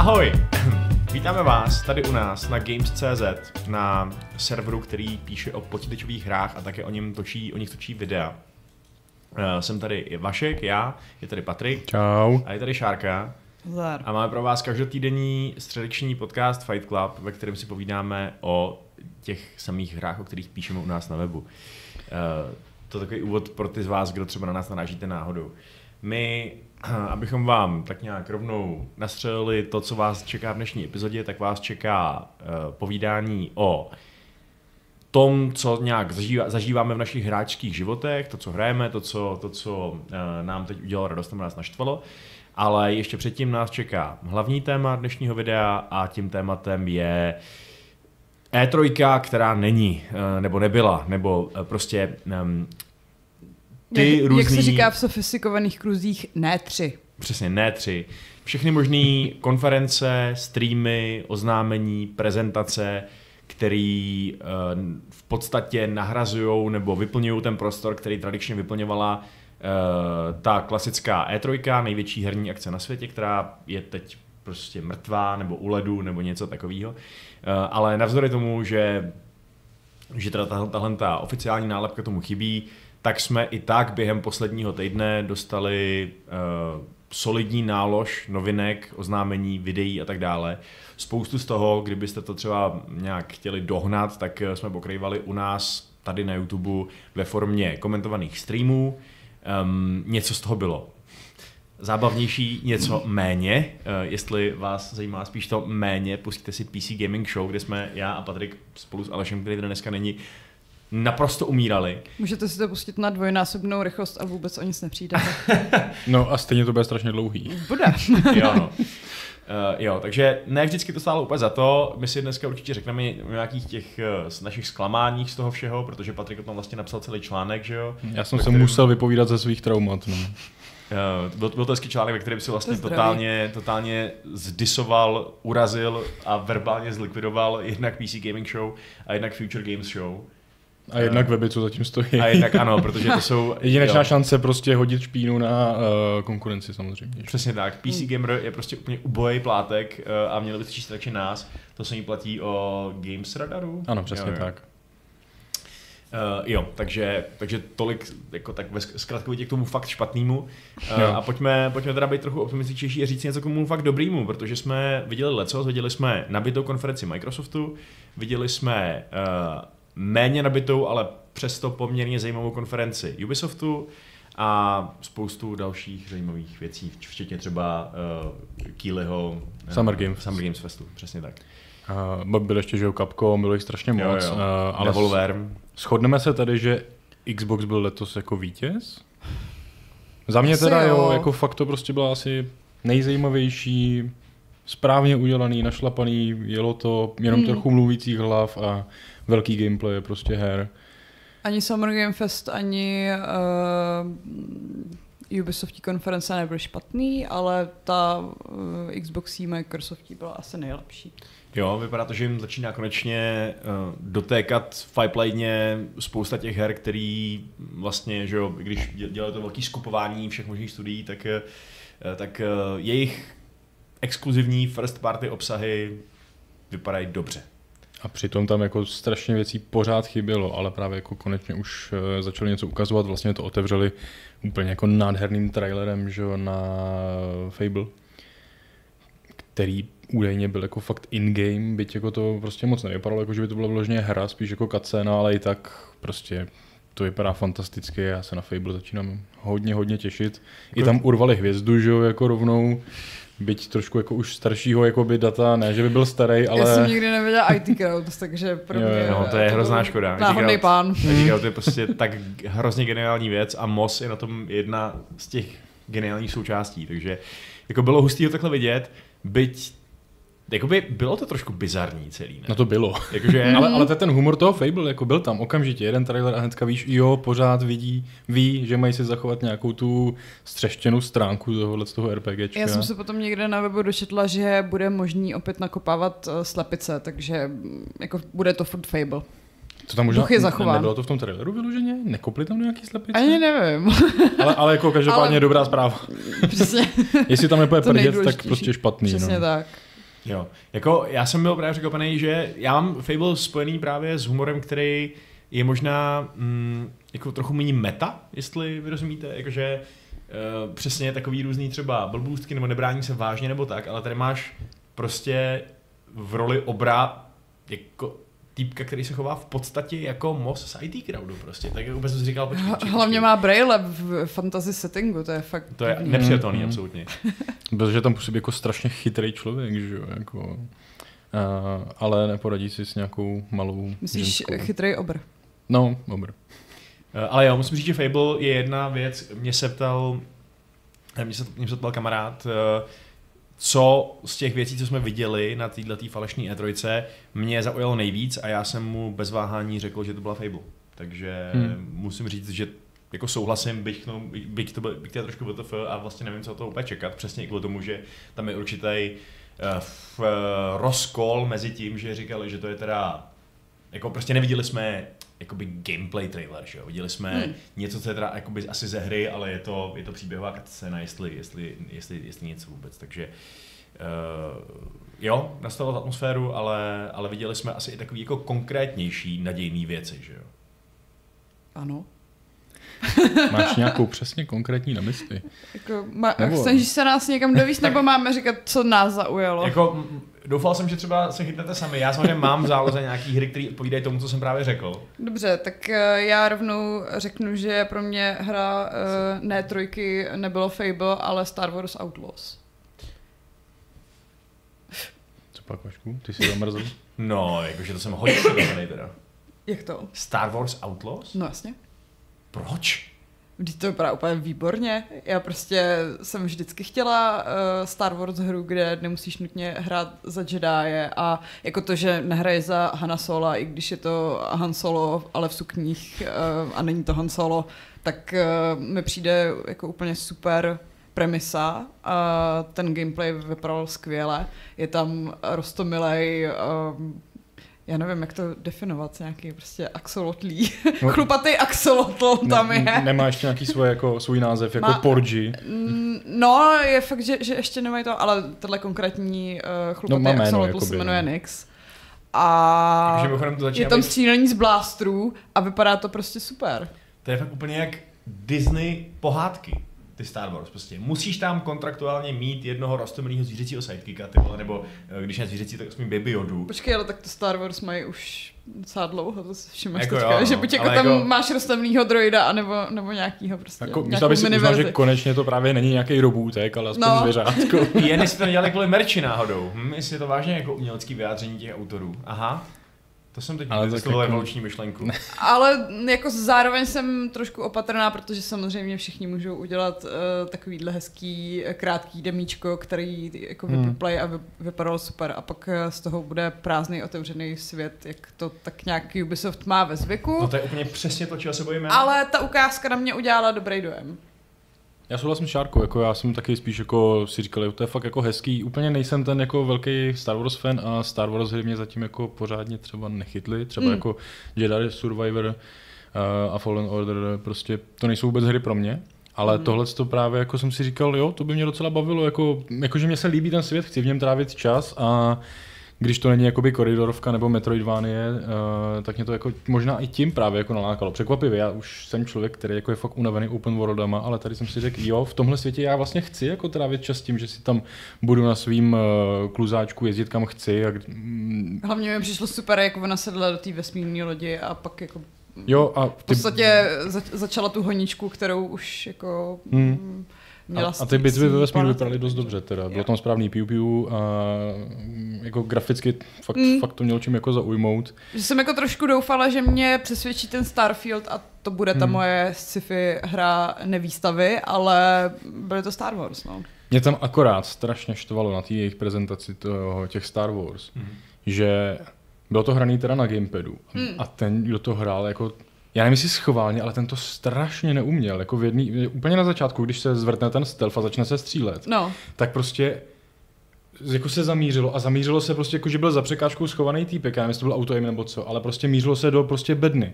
Ahoj! Vítáme vás tady u nás na Games.cz, na serveru, který píše o počítačových hrách a také o nich točí videa. Jsem tady Vašek, je tady Patrik. Čau. A je tady Šárka. Zdar. A máme pro vás každotýdenní středeční podcast Fight Club, ve kterém si povídáme o těch samých hrách, o kterých píšeme u nás na webu. To je takový úvod pro ty z vás, kdo třeba na nás narážíte náhodou. My, abychom vám tak nějak rovnou nastřelili to, co vás čeká v dnešní epizodě, tak vás čeká povídání o tom, co nějak zažíváme v našich hráčských životech, to, co hrajeme, to, co nám teď udělalo radost, nebo nás naštvalo. Ale ještě předtím nás čeká hlavní téma dnešního videa a tím tématem je E3, která není, nebo nebyla, nebo prostě ty různý... Jak se říká v sofistikovaných kruzích, ne 3. Přesně, ne 3. Všechny možné konference, streamy, oznámení, prezentace, který v podstatě nahrazujou nebo vyplňují ten prostor, který tradičně vyplňovala ta klasická E3, největší herní akce na světě, která je teď prostě mrtvá nebo u ledu nebo něco takového. Ale navzdory tomu, že teda tahle oficiální nálepka tomu chybí, tak jsme i tak během posledního týdne dostali solidní nálož novinek, oznámení, videí a tak dále. Spoustu z toho, kdybyste to třeba nějak chtěli dohnat, tak jsme pokrývali u nás tady na YouTube ve formě komentovaných streamů. Něco z toho bylo zábavnější, něco méně. Jestli vás zajímá spíš to méně, pustíte si PC Gaming Show, kde jsme já a Patrik spolu s Alešem, který tady dneska není, naprosto umírali. Můžete si to pustit na dvojnásobnou rychlost a vůbec o nic nepřijdete. No a stejně to bude strašně dlouhý. Bude. Jo, no. Jo, takže ne vždycky to stálo úplně za to. My si dneska určitě řekneme o nějakých těch našich zklamáních z toho všeho, protože Patrik o tom vlastně napsal celý článek, že jo? Já jsem se musel vypovídat ze svých traumat, no. Byl to hezký článek, ve kterém si vlastně totálně zdisoval, urazil a verbálně zlikvidoval jednak PC Gaming Show a jednak Future Games Show. A jednak weby, co zatím stojí. A jednak ano, protože to jsou... Jedinečná šance prostě hodit špínu na konkurenci samozřejmě. Přesně tak. PC Gamer je prostě úplně ubojej plátek a měli by to číst radši nás. To se mi platí o Games Radaru. Ano, přesně tak. Takže tolik, jako tak zkratkovitě k tomu fakt špatnému. A pojďme teda být trochu optimističtější a říct něco k tomu fakt dobrýmu, protože jsme viděli lecos, viděli jsme nabitou konferenci Microsoftu, viděli jsme méně nabitou, ale přesto poměrně zajímavou konferenci Ubisoftu a spoustu dalších zajímavých věcí, včetně třeba Keelyho Summer Games Festu, přesně tak. Byl ještě, že Capcom, bylo jich strašně moc. Jo. Ale shodneme se tady, že Xbox byl letos jako vítěz? Za mě teda jo, jako fakt to prostě bylo asi nejzajímavější, správně udělaný, našlapaný, jelo to jenom trochu mluvících hlav a velký gameplay prostě her. Ani Summer Game Fest, ani Ubisoftí konference nebyly špatný, ale ta Xboxí Microsoftí byla asi nejlepší. Jo, vypadá to, že jim začíná konečně dotékat v pipeline spousta těch her, který vlastně, že jo, když dělali to velké skupování všech možných studií, tak jejich exkluzivní first party obsahy vypadají dobře. A přitom tam jako strašně věcí pořád chybělo, ale právě jako konečně už začali něco ukazovat, vlastně to otevřeli úplně jako nádherným trailerem, že jo, na Fable, který údajně byl jako fakt in-game, byť jako to prostě moc nevypadalo, jako že by to byla vložně hra, spíš jako cutscéna, ale i tak prostě to vypadá fantasticky, já se na Fable začínám hodně těšit. I tam urvali hvězdu, že jo, jako rovnou, byť trošku jako už staršího jakoby data, ne, že by byl starý, ale... Já jsem nikdy nevěděla IT Crowd, takže pro mě... No, to je hrozná škoda. Náhodný pán. IT Crowd je prostě tak hrozně geniální věc a MOS je na tom jedna z těch geniálních součástí, takže jako bylo hustý ho takhle vidět, byť jakoby bylo to trošku bizarní celý, ne? No to bylo. Jakože... ale to je ten humor toho Fable, jako byl tam okamžitě jeden trailer a hnedka víš, jo, pořád ví, že mají si zachovat nějakou tu střeštěnou stránku z toho RPGčka. Já jsem se potom někde na webu dočetla, že bude možný opět nakopávat slepice, takže jako bude to furt Fable. To tam možná duch je zachován. Nebylo to v tom traileru vyloženě? Nekopli tam nějaký slepice? Ani nevím. ale jako každopádně dobrá zpráva. Přesně. Jestli tam nebude prdět, tak prostě špatný. Přesně no. tak. Jo, jako já jsem byl právě překvapený, že já mám Fable spojený právě s humorem, který je možná jako trochu méně meta, jestli vy rozumíte, jakože přesně takový různý třeba blbůstky nebo nebrání se vážně nebo tak, ale tady máš prostě v roli jako týpka, který se chová v podstatě jako Moss z IT Crowdu prostě, tak jak vůbec jsem si říkal, počkej. Hlavně má braille v fantasy settingu, to je fakt... To je nepřijatelný, absolutně. Protože tam působí jako strašně chytrý člověk, že jo, jako... ale neporadí si s nějakou malou Myslíš ženskou. chytrý obr? No, obr. Ale jo, musím říct, že Fable je jedna věc, mě se ptal kamarád, co z těch věcí, co jsme viděli na této falešné E3, mě zaujalo nejvíc a já jsem mu bez váhání řekl, že to byla Fable. Takže musím říct, že jako souhlasím, byť to je trošku WTF a vlastně nevím, co to úplně čekat, přesně i kvůli tomu, že tam je určitý rozkol mezi tím, že říkali, že to je teda, jako prostě neviděli jsme jakoby gameplay trailer, že jo? Viděli jsme něco, co je teda jakoby asi ze hry, ale je to příběhová scéna, jestli něco vůbec, takže jo, nastavilo atmosféru, ale viděli jsme asi i takový jako konkrétnější nadějný věci, že jo? Ano. Máš nějakou přesně konkrétní na mysli? Jako, snažíš se nás někam dovíst, nebo máme říkat, co nás zaujalo? Jako, doufal jsem, že třeba se chytnete sami. Já samozřejmě mám v záloze nějaký hry, které odpovídají tomu, co jsem právě řekl. Dobře, tak já rovnou řeknu, že pro mě hra ne trojky nebylo Fable, ale Star Wars Outlaws. Co pak, Vašku? Ty jsi zamrzl? No, jakože to jsem hodně šokaný teda. Jak to? Star Wars Outlaws? No jasně. Proč? Vždyť to vypadá úplně výborně. Já prostě jsem vždycky chtěla Star Wars hru, kde nemusíš nutně hrát za Jediye a jako to, že nehraje za Hana Sola, i když je to Han Solo, ale v sukních a není to Han Solo, tak mi přijde jako úplně super premisa a ten gameplay vypadal skvěle. Je tam roztomilej já nevím, jak to definovat, nějaký prostě axolotlí. Chlupatý axolotl tam je. Nemá ještě nějaký svůj název, jako Porgy? No, je fakt, že ještě nemají to, ale tenhle konkrétní chlupatý axolotl se jmenuje Nyx. A je tam střílení z blástrů a vypadá to prostě super. To je fakt úplně jak Disney pohádky. Ty Star Wars prostě. Musíš tam kontraktuálně mít jednoho roztomilého zvířecího sidekicka, ty vole, nebo když ne zvířecí, tak aspoň Baby Yodu. Počkej, ale tak to Star Wars mají už docela dlouho, to si všimáš jako teďka, že buď jako tam jako... máš roztomilýho droida, nebo nějakýho prostě, jako, nějakou miniverzi. Uznal, že konečně to právě není nějaký robůtek, ale aspoň zvěřátko. Jen si to nedělali kvůli merči náhodou. Jestli je to vážně jako umělecký vyjádření těch autorů. Aha. To jsem teď testoval evoluční myšlenku. Ale jako zároveň jsem trošku opatrná, protože samozřejmě všichni můžou udělat takovýhle hezký, krátký demíčko, který jako vyplay a vypadalo super a pak z toho bude prázdný otevřený svět, jak to tak nějak Ubisoft má ve zvyku. No to je úplně přesně to, čeho se bojíme. Ale ta ukázka na mě udělala dobrý dojem. Já souhlasím s Šárkou, jako já jsem taky spíš jako si říkal, to je fakt jako hezký. Úplně nejsem ten jako velký Star Wars fan a Star Wars hry mě zatím jako pořádně třeba nechytly, třeba jako Jedi Survivor a Fallen Order, prostě to nejsou vůbec hry pro mě. Ale tohle to právě jako jsem si říkal, jo, to by mě docela bavilo, jako že mě se líbí ten svět, chci v něm trávit čas a když to není jakoby koridorovka nebo Metroidvanie, tak mě to jako možná i tím právě jako nalákalo. Překvapivě, já už jsem člověk, který jako je fakt unavený open worldama, ale tady jsem si řekl, jo, v tomhle světě já vlastně chci jako trávit čas tím, že si tam budu na svým kluzáčku jezdit kam chci. Hlavně mi přišlo super, jak ona sedla do té vesmírné lodi a pak jako jo, a v podstatě začala tu honičku, kterou už jako... A ty bitvy ve vesmíru vypadaly dost dobře teda. Bylo tam správný piu a jako graficky fakt to mělo čím jako zaujmout. Že jsem jako trošku doufala, že mě přesvědčí ten Starfield a to bude ta moje sci-fi hra nevýstavy, ale byly to Star Wars, no. Mě tam akorát strašně štvalo na té jejich prezentaci těch Star Wars, že bylo to hraný teda na gamepadu a ten, kdo to hrál, jako já nevím, jestli schválně, ale ten to strašně neuměl. Jako úplně na začátku, když se zvrtne ten stealth a začne se střílet, tak prostě jako se zamířilo se prostě, jako, že byl za překážkou schovaný týpek, já nevím, jestli to byl auto-aim nebo co, ale prostě mířilo se do prostě bedny.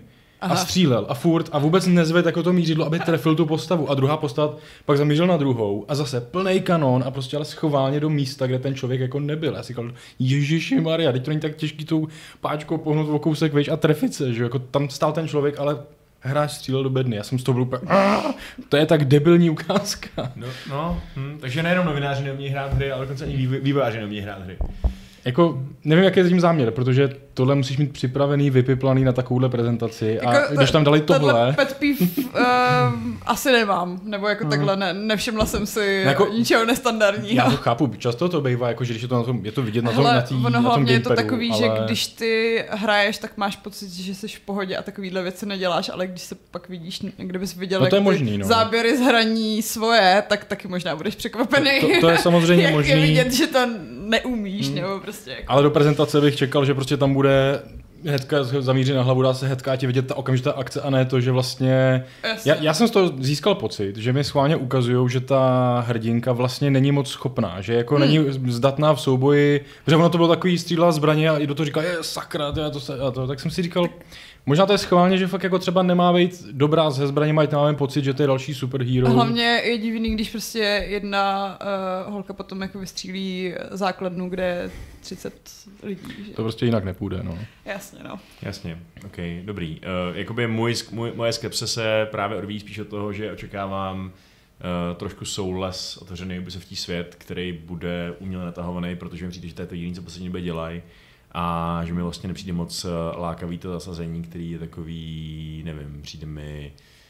a střílel a furt a vůbec nezvedl jako to mířidlo, aby trefil tu postavu a druhá postava pak zamířil na druhou a zase plnej kanon a prostě ale schválně do místa, kde ten člověk jako nebyl. Já si říkal, Ježišimaria, teď to není tak těžký tou páčkou pohnout o kousek vejš a trefit se, že jako tam stál ten člověk, ale hráč střílel do bedny. Já jsem z toho byl úplně, to je tak debilní ukázka. Takže nejenom novináři neumí hrát hry, ale dokonce ani vývojáři neumí hrát hry. Jako, nevím, jaký je tím záměr, protože tohle musíš mít připravený, vypiplaný na takovouhle prezentaci a jako když tam dali tohle... Pet peeve asi nemám, nebo jako takhle nevšimla jsem si ničeho nestandardního. Já to chápu, často to bývá, jako, že když je to, na tom, je to vidět na tom hlavně je to takový, ale... že když ty hraješ, tak máš pocit, že jsi v pohodě a takovýhle věci neděláš, ale když se pak vidíš, kdybys viděl záběry z hraní svoje, tak taky možná budeš překvapený. To je samozřejmě možný. Jak je vidět, že to neumíš, nebo prostě jako... Ale do prezentace bych čekal, že prostě tam bude hnedka zamíří na hlavu, dá se hnedka a ti vidět ta okamžitá akce a ne to, že vlastně... Já jsem z toho získal pocit, že mi schválně ukazujou, že ta hrdinka vlastně není moc schopná, že jako není zdatná v souboji, protože ono to bylo takový střílá zbraně a i do toho říkal, sakra, tak jsem si říkal, možná to je schválně, že fakt jako třeba nemá být dobrá se zbraněma, ať nemáme pocit, že to je další superhero. Hlavně je divný, když prostě jedna holka potom jako vystřílí základnu, kde je 30 lidí. Že? To prostě jinak nepůjde, no. Jasně, no. Jasně, ok, dobrý. Jakoby moje skepse se právě odvíjí spíš od toho, že očekávám trošku souhlas otevřený Ubisoftí svět, který bude uměle natahovaný, protože mi přijde, že to je to jediné, co poslední době dělají. A že mi vlastně nepřijde moc lákavý to zasazení, který je takový, nevím, přijde mi...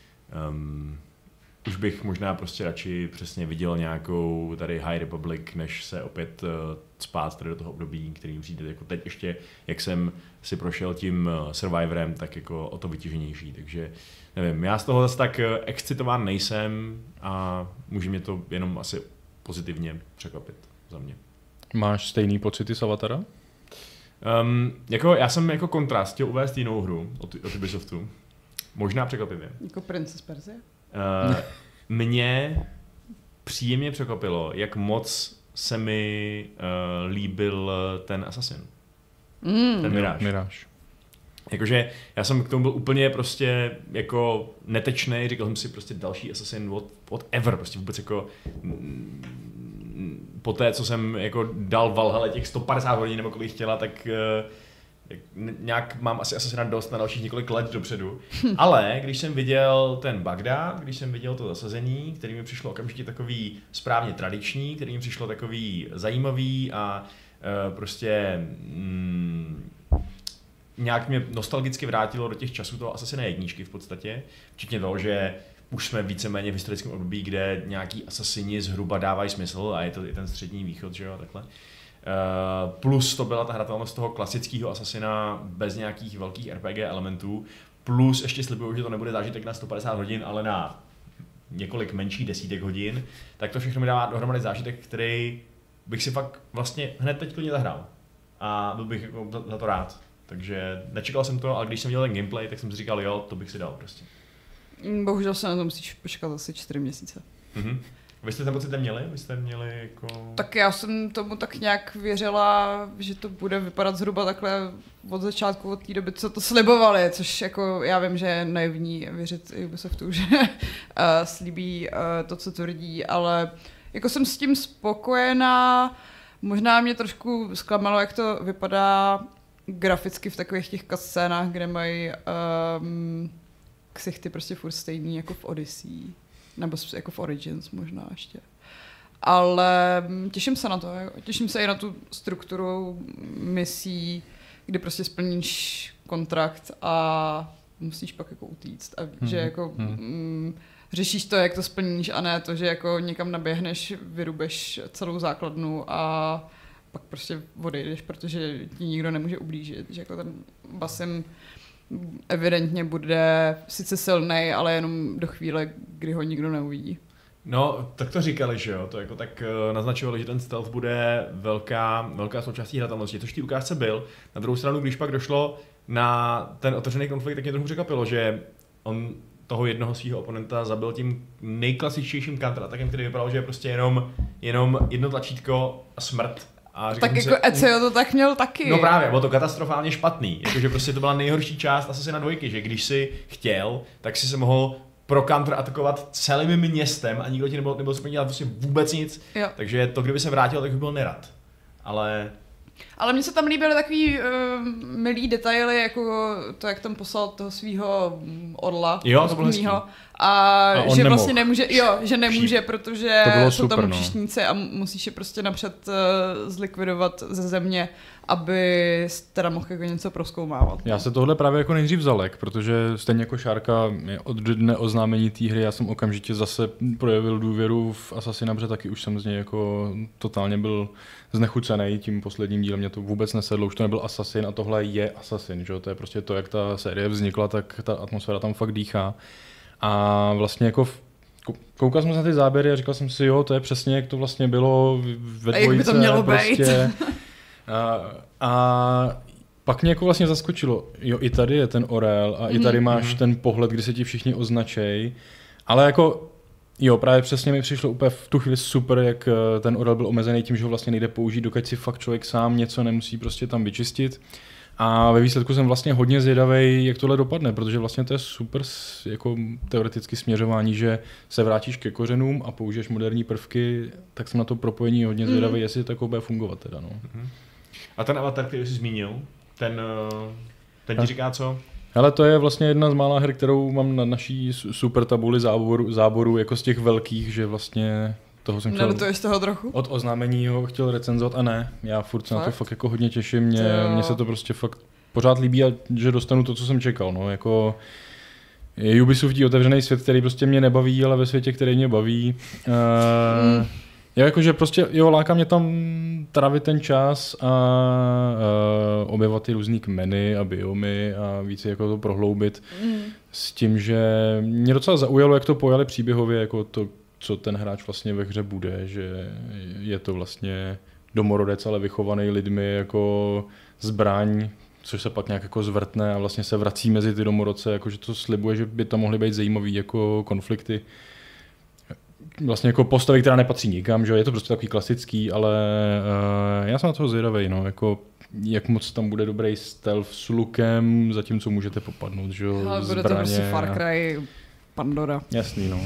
už bych možná prostě radši přesně viděl nějakou tady High Republic, než se opět spát tady do toho období, který přijde jako teď ještě, jak jsem si prošel tím Survivorem, tak jako o to vytěženější, takže nevím, já z toho zase tak excitován nejsem a může mě to jenom asi pozitivně překvapit za mě. Máš stejný pocity z Avatara? Jako já jsem jako kontrast chtěl uvést jinou hru od Ubisoftu. Možná překvapivě. Jako Princess Persia? Mě příjemně překvapilo, jak moc se mi líbil ten Assassin. Ten Mirage. Jakože já jsem k tomu byl úplně prostě jako netečnej, říkal jsem si prostě další Assassin whatever, prostě vůbec jako po té, co jsem jako dal Valhalle těch 150 hodin nebo kolik chtěla, tak nějak mám asi Assassina dost na dalších několik let dopředu. Ale když jsem viděl ten Bagdad, když jsem viděl to zasazení, který mi přišlo okamžitě takový správně tradiční, který mi přišlo takový zajímavý a prostě nějak mě nostalgicky vrátilo do těch časů toho Assassina jedničky v podstatě, včetně toho, že už jsme víceméně v historickém období, kde nějaký asasini zhruba dávají smysl a je to i ten střední východ, že jo, takhle. Plus to byla ta hratelnost toho klasického asasina bez nějakých velkých RPG elementů, plus ještě slibuju, že to nebude zážitek na 150 hodin, ale na několik menších desítek hodin, tak to všechno mi dává dohromady zážitek, který bych si fakt vlastně hned teď klidně zahrál. A byl bych jako za to rád. Takže nečekal jsem to, ale když jsem viděl ten gameplay, tak jsem si říkal, jo, to bych si dal prostě. Bohužel se na to musíš počkat asi 4 měsíce. Mm-hmm. Vy jste ten pocit neměli? Vy jste měli jako... Tak já jsem tomu tak nějak věřila, že to bude vypadat zhruba takhle od začátku, od té doby, co to slibovali, což jako já vím, že je naivní věřit i Ubisoftu, že slíbí to, co tvrdí, ale jako jsem s tím spokojená. Možná mě trošku zklamalo, jak to vypadá graficky v takových těch scénách, kde mají ksichty prostě furt stejný jako v Odyssey. Nebo jako v Origins možná ještě. Ale těším se na to. Těším se i na tu strukturu misí, kdy prostě splníš kontrakt a musíš pak jako utíct. A že jako řešíš to, jak to splníš a ne to, že jako někam naběhneš, vyrubeš celou základnu a pak prostě odejdeš, protože ti nikdo nemůže ublížit. Že jako ten Basim evidentně bude sice silnej, ale jenom do chvíle, kdy ho nikdo neuvidí. No, tak to říkali, že jo, to jako tak naznačovali, že ten stealth bude velká součástí hratelnosti, což v té ukázce byl. Na druhou stranu, když pak došlo na ten otevřený konflikt, tak mě trochu překvapilo, že on toho jednoho svého oponenta zabil tím nejklasičtějším counteratakem, který vypadal, že je prostě jenom jedno tlačítko a smrt A tak jako Ezio to tak měl taky. No právě, bylo to katastrofálně špatný. Jakože prostě to byla nejhorší část Assassina 2, že když si chtěl, tak si se mohl pro counter atakovat celým městem a nikdo ti nebyl schopný dělat prostě vůbec nic. Jo. Takže to, kdyby se vrátil, tak by byl nerad. Ale mně se tam líbily takový milý detaily, jako to, jak tam poslal toho svýho orla. Jo, to bylo hezký. A že nemohl. vlastně nemůže, že nemůže, protože jsou tam příšníci a musíš je prostě napřed zlikvidovat ze země, aby teda mohl jako něco prozkoumávat. Já se tohle právě jako nejdřív zalek, protože stejně jako Šárka od dne oznámení té hry já jsem okamžitě zase projevil důvěru v Assassina, protože taky už jsem z něj jako totálně byl znechucený tím posledním dílem, mě to vůbec nesedlo, už to nebyl Assassin a tohle je Assassin, že? To je prostě to, jak ta série vznikla, tak ta atmosféra tam fakt dýchá. A vlastně jako koukal jsem se na ty záběry a říkal jsem si, jo, to je přesně, jak to vlastně bylo ve dvojice. A jak by to mělo prostě. A pak mě jako vlastně zaskočilo, jo, i tady je ten orel a i tady máš ten pohled, kdy se ti všichni označej, ale jako jo, právě přesně mi přišlo úplně v tu chvíli super, jak ten orel byl omezený tím, že ho vlastně nejde použít, dokud si fakt člověk sám něco nemusí prostě tam vyčistit. A ve výsledku jsem vlastně hodně zvědavej, jak tohle dopadne, protože vlastně to je super jako teoreticky směřování, že se vrátíš ke kořenům a použiješ moderní prvky, tak jsem na to propojení hodně zvědavej, jestli to bude fungovat teda, no. A ten avatar, který jsi zmínil, ten ti říká co? Hele, to je vlastně jedna z mála her, kterou mám na naší super tabuli záboru jako z těch velkých, že vlastně toho jsem chtěl... Nelutuješ toho trochu? Od oznámení ho chtěl recenzovat a ne, já furt se na to fakt jako hodně těším, mně se to prostě fakt pořád líbí a že dostanu to, co jsem čekal, no, jako Ubisoft je otevřený svět, který prostě mě nebaví, ale ve světě, který mě baví. Jo, jakože prostě, jo, láká mě tam trávit ten čas a objevovat ty různý kmeny a biomy a víc jako to prohloubit s tím, že mě docela zaujalo, jak to pojali příběhově, jako to, co ten hráč vlastně ve hře bude, že je to vlastně domorodec, ale vychovaný lidmi jako zbraň, což se pak nějak jako zvrtne a vlastně se vrací mezi ty domorodce, jakože to slibuje, že by tam mohly být zajímavý jako konflikty. Vlastně jako postavy, která nepatří nikam, že je to prostě takový klasický, ale já jsem na toho zvědavej, no, jako jak moc tam bude dobrý stealth s lukem, zatímco můžete popadnout, že jo, ale bude to prostě Far Cry Pandora. Jasný, no.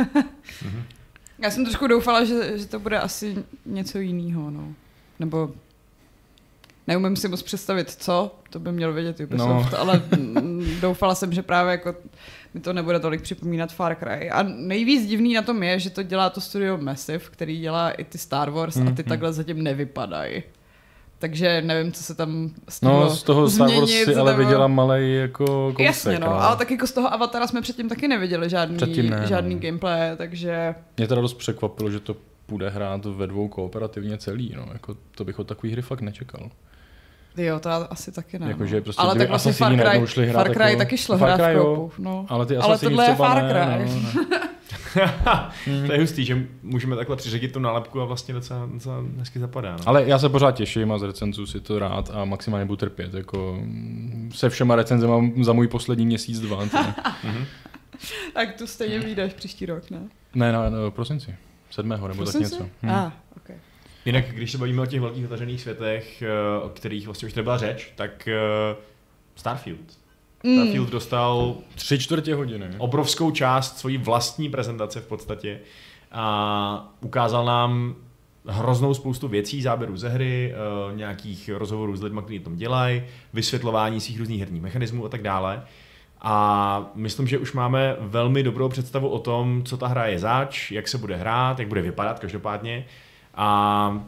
Já jsem trošku doufala, že to bude asi něco jiného, no. Nebo neumím si moc představit, co, to by měl vědět Ubisoft, ale doufala jsem, že právě jako mi to nebude tolik připomínat Far Cry. A nejvíc divný na tom je, že to dělá to studio Massive, který dělá i ty Star Wars a ty takhle zatím nevypadají. Takže nevím, co se tam stihlo. No, z toho Star Wars si ale viděla malej jako kousek. Jasně, no, ale tak jako z toho Avatara jsme předtím taky neviděli žádný gameplay, takže... Mě teda dost překvapilo, že to půjde hrát ve dvou kooperativně celý, no, jako to bych od takový hry fakt nečekal. Jo, to asi taky ne. Jako, že prostě ale tak vlastně Far Cry taky šlo hrát v koupu. No. Ale tohle je Far Cry. To je hustý, že můžeme takhle přiřadit tu nálepku a vlastně docela hezky zapadá. No. Ale já se pořád těším a z recenzů si to rád a maximálně budu trpět. Jako se všema recenzema za můj poslední měsíc, 2. Tak tu stejně vyjdeš příští rok, ne? Ne, na prosinci. 7. nebo tak něco. Okay. Jinak, když se bavíme o těch velkých otevřených světech, o kterých vlastně už nebyla řeč, tak Starfield. Starfield dostal 3/4 hodiny. Obrovskou část svojí vlastní prezentace v podstatě a ukázal nám hroznou spoustu věcí, záběrů ze hry, nějakých rozhovorů s lidmi, kteří tom dělají, vysvětlování svých různých herních mechanismů a tak dále. A myslím, že už máme velmi dobrou představu o tom, co ta hra je zač, jak se bude hrát, jak bude vypadat každopádně. A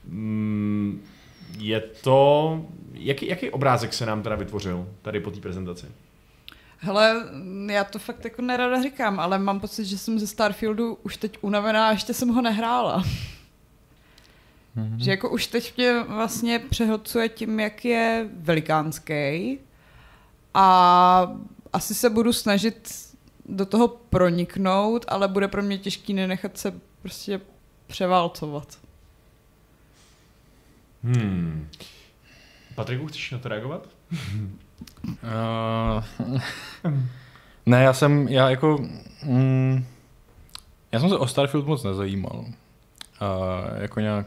je to... Jaký obrázek se nám teda vytvořil tady po té prezentaci? Hele, já to fakt jako nerada říkám, ale mám pocit, že jsem ze Starfieldu už teď unavená a ještě jsem ho nehrála. Že jako už teď mě vlastně přehlcuje tím, jak je velikánský a asi se budu snažit do toho proniknout, ale bude pro mě těžký nenechat se prostě převálcovat. Patriku, chceš na to reagovat? Ne, já jsem se o Starfield moc nezajímal. Jako nějak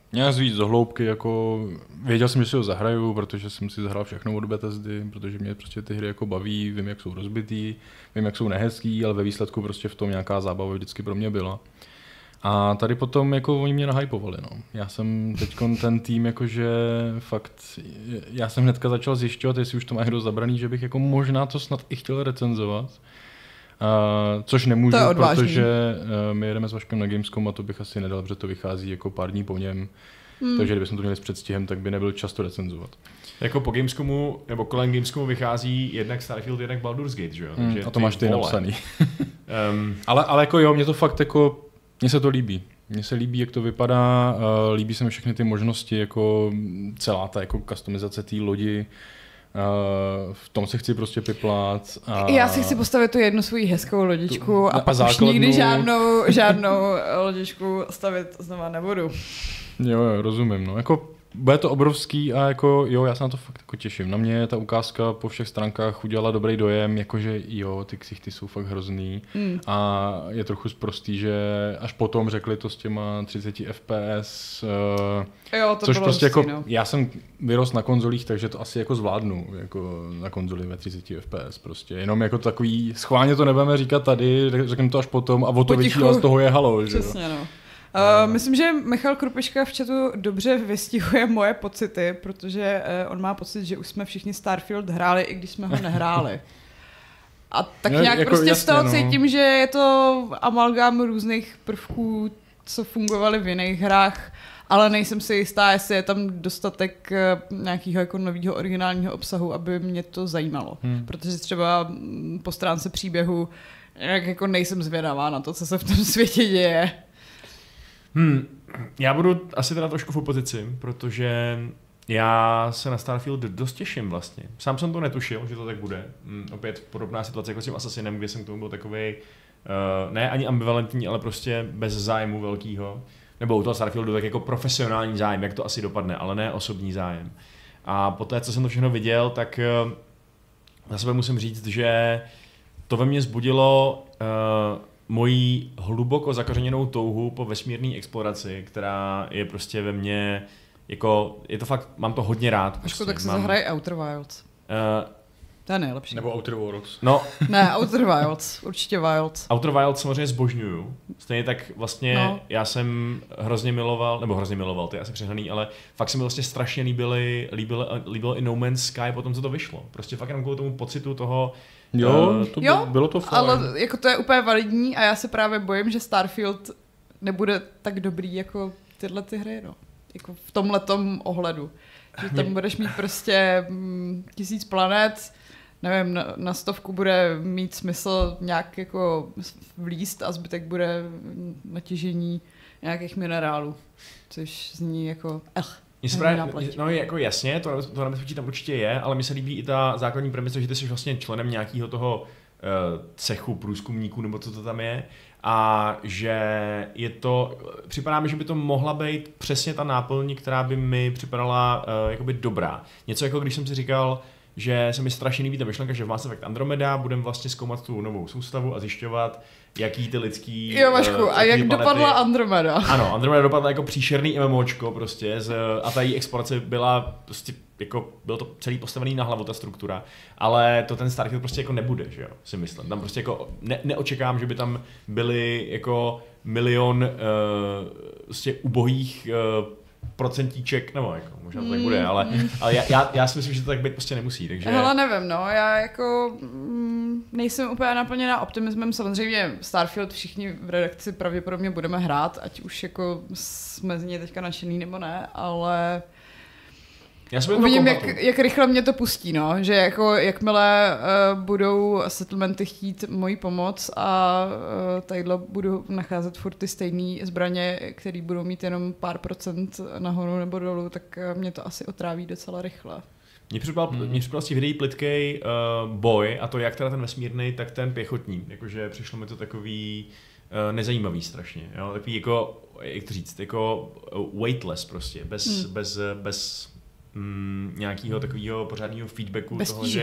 Já víc do hloubky, jako věděl jsem, že si ho zahraju, protože jsem si zahrál všechno od Bethesdy, protože mě prostě ty hry jako baví, vím, jak jsou rozbitý, vím, jak jsou nehezký, ale ve výsledku prostě v tom nějaká zábava vždycky pro mě byla. A tady potom jako oni mě nahypovali, no. Já jsem teďkon ten tým jakože fakt, já jsem hnedka začal zjišťovat, jestli už to má někdo zabraný, že bych jako možná to snad i chtěl recenzovat. Což nemůžu, protože my jedeme s Vaškem na Gamescom a to bych asi nedal, protože to vychází jako pár dní po něm. Takže kdybychom to měli s předstihem, tak by nebyl často recenzovat. Jako po Gamescomu, nebo kolem Gamescomu vychází jednak Starfield, jednak Baldur's Gate, že jo? A to máš ty napsaný. ale jako jo, mě to fakt jako, mně se to líbí. Mně se líbí, jak to vypadá, líbí se mi všechny ty možnosti, jako celá ta jako customizace té lodi. V tom se chci prostě piplat. Já si chci postavit tu jednu svoji hezkou lodičku a pak už nikdy žádnou lodičku stavit znova nebudu. Jo, rozumím. No. Jako, bude to obrovský a jako, jo, já se na to fakt jako těším. Na mě ta ukázka po všech stránkách udělala dobrý dojem, jakože jo, ty ksichty jsou fakt hrozný a je trochu sprostý, že až potom řekli to s těma 30 FPS, jo, to což prostě hustý, jako, no. Já jsem vyrost na konzolích, takže to asi jako zvládnu, jako na konzoli ve 30 FPS prostě. Jenom jako takový, schválně to nebudeme říkat tady, řekneme to až potom a o to větší z toho je halo, že jo. Přesně, no. Myslím, že Michal Krupiška v chatu dobře vystihuje moje pocity, protože on má pocit, že už jsme všichni Starfield hráli, i když jsme ho nehráli. A tak nějak jako prostě jasně, z toho cítím, že je to amalgám různých prvků, co fungovaly v jiných hrách, ale nejsem si jistá, jestli je tam dostatek nějakého jako nového originálního obsahu, aby mě to zajímalo. Protože třeba po stránce příběhu jako nejsem zvědavá na to, co se v tom světě děje. Já budu asi teda trošku v opozici, protože já se na Starfield dost těším vlastně. Sám jsem to netušil, že to tak bude. Opět podobná situace jako s tím Assassinem, kde jsem k tomu byl takovej, ne ani ambivalentní, ale prostě bez zájmu velkýho. Nebo u toho Starfieldu tak jako profesionální zájem, jak to asi dopadne, ale ne osobní zájem. A poté, co jsem to všechno viděl, tak za sebe musím říct, že to ve mně zbudilo moji hluboko zakořeněnou touhu po vesmírné exploraci, která je prostě ve mně, jako, je to fakt, mám to hodně rád. Prostě. Tak se zahraje Outer Wilds. To je nejlepší. Nebo Outer Worlds. No. Ne, Outer Wilds, určitě Wilds. Outer Wilds samozřejmě zbožňuju. Stejně tak vlastně já jsem hrozně miloval, to je asi přehnaný, ale fakt se mi vlastně strašně líbilo i No Man's Sky po tom, co to vyšlo. Prostě fakt jenom kvůli tomu pocitu toho. Jo, bylo to fajn. Ale jako to je úplně validní a já se právě bojím, že Starfield nebude tak dobrý jako tyhle ty hry, no. Jako v tomhletom ohledu. Že tam budeš mít prostě 1000 planet, nevím, na 100 bude mít smysl nějak jako vlízt a zbytek bude na těžení nějakých minerálů, což zní jako no jako jasně, to nebezpečí tam určitě je, ale mi se líbí i ta základní premisa, že ty jsi vlastně členem nějakého toho cechu průzkumníků, nebo co to tam je, a že je to, připadá mi, že by to mohla být přesně ta náplň, která by mi připadala jakoby dobrá. Něco jako když jsem si říkal, že se mi strašně líbí ta myšlenka, že v Mass Effect Andromeda budeme vlastně zkoumat tu novou soustavu a zjišťovat, jaký ty lidský... Jo, Vašku, a jak dopadla Andromeda? Ano, Andromeda dopadla jako příšerný MMOčko prostě a ta její explorace byla prostě jako, bylo to celý postavený na hlavu ta struktura, ale to ten Starfield prostě jako nebude, že jo, si myslím. Tam prostě jako neočekám, že by tam byly jako milion prostě ubohých procentíček, nebo jako, možná to tak bude, ale já si myslím, že to tak být prostě nemusí, takže... Hele, nevím, no, já jako nejsem úplně naplněná optimismem, samozřejmě Starfield všichni v redakci pravděpodobně budeme hrát, ať už jako jsme z něj teďka nadšený nebo ne, ale... Uvidím, jak rychle mě to pustí, no, že jako jakmile budou settlementy chtít moji pomoc a tadyhle budu nacházet furt ty stejné zbraně, které budou mít jenom pár procent nahoru nebo dolů, tak mě to asi otráví docela rychle. Mně připadal z těch videí plitkej boj, a to jak teda ten vesmírný, tak ten pěchotní, jakože přišlo mi to takový nezajímavý strašně, jo, takový jako, jak to říct, jako weightless prostě, bez nějakého takového pořádného feedbacku bez toho, že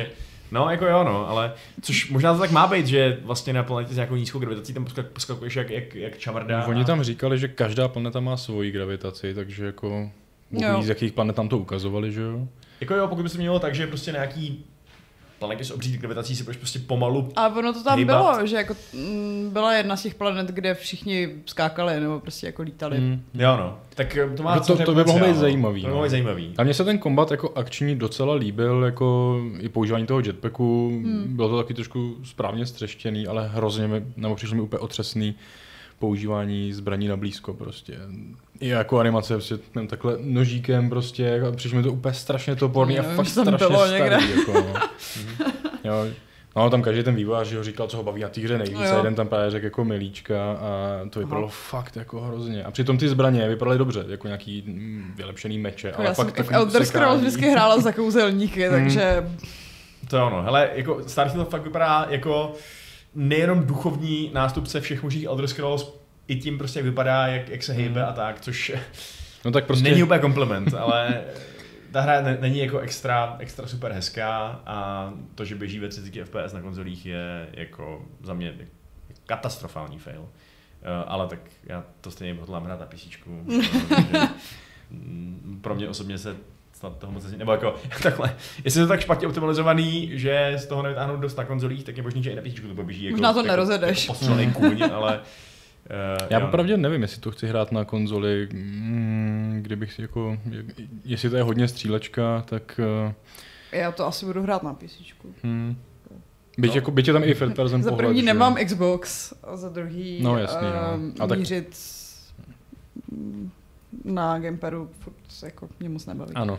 No, jako jo, no, ale což možná to tak má být, že vlastně na planetě s nějakou nízkou gravitací tam poskakuješ jak čamrda. Oni tam říkali, že každá planeta má svoji gravitaci, takže jako Bůh ví, z jakých planet tam to ukazovali, že jo? Jako jo, pokud by se mělo tak, že prostě nějaký planetě s obří gravitací si budeš prostě pomalu a ono to tam bylo, že jako byla jedna z těch planet, kde všichni skákali nebo prostě jako lítali. Jo no, tak to má to by mohlo být zajímavý. To by mohlo být zajímavý. A mně se ten kombat jako akční docela líbil, jako i používání toho jetpacku, bylo to taky trošku správně střeštěný, ale hrozně přišlo mi úplně otřesný používání zbraní na blízko prostě. I jako animace prostě takhle nožíkem prostě, jako, přišlo mi to úplně strašně toporný a fakt strašně starý. Jako, no. Jo. No, tam každý ten vývojář ho říkal, co ho baví na té hře nejvíc a jeden tam právě řekl jako milíčka a to vypadalo fakt jako hrozně. A přitom ty zbraně vypadaly dobře, jako nějaký vylepšený meče. Ale já fakt jsem v Elder Scrolls vždycky hrála za kouzelníky, takže... To je ono, hele, jako Starfield fakt vypadá jako nejenom duchovní nástupce všech možných Elder Scrolls, i tím prostě jak vypadá, jak se hejbe a tak, což no tak prostě... není úplně kompliment, ale ta hra není jako extra super hezká a to, že běží ve 30 FPS na konzolích je jako za mě katastrofální fail. Ale tak já to stejně hodlám hrát na PCčku. Pro mě osobně se snad toho moc nebo jako takhle. Jestli je to tak špatně optimalizovaný, že z toho nevytáhnout dost na konzolích, tak je možný, že i na PCčku to poběží. Jako, možná to nerozedeš. Jako posledný kůň, ale... já popravdě nevím, jestli to chci hrát na konzoli, kdybych jako, jestli to je hodně střílečka, tak... Já to asi budu hrát na PCčku. Byť je tam i third person pohled. Za první nemám Xbox, a za druhý no, jasný, no. mířit na gamepadu jako mě moc nebaví. Ano.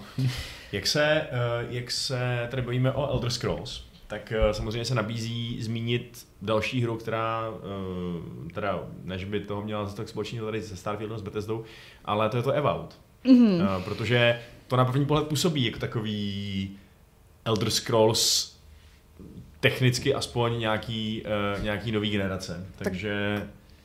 Jak se tady bavíme o Elder Scrolls, tak samozřejmě se nabízí zmínit další hru, která teda než by toho měla tak společného tady se Starfieldem, s Bethesdou, ale to je to Evout. Protože to na první pohled působí jako takový Elder Scrolls technicky aspoň nějaký nový generace. Takže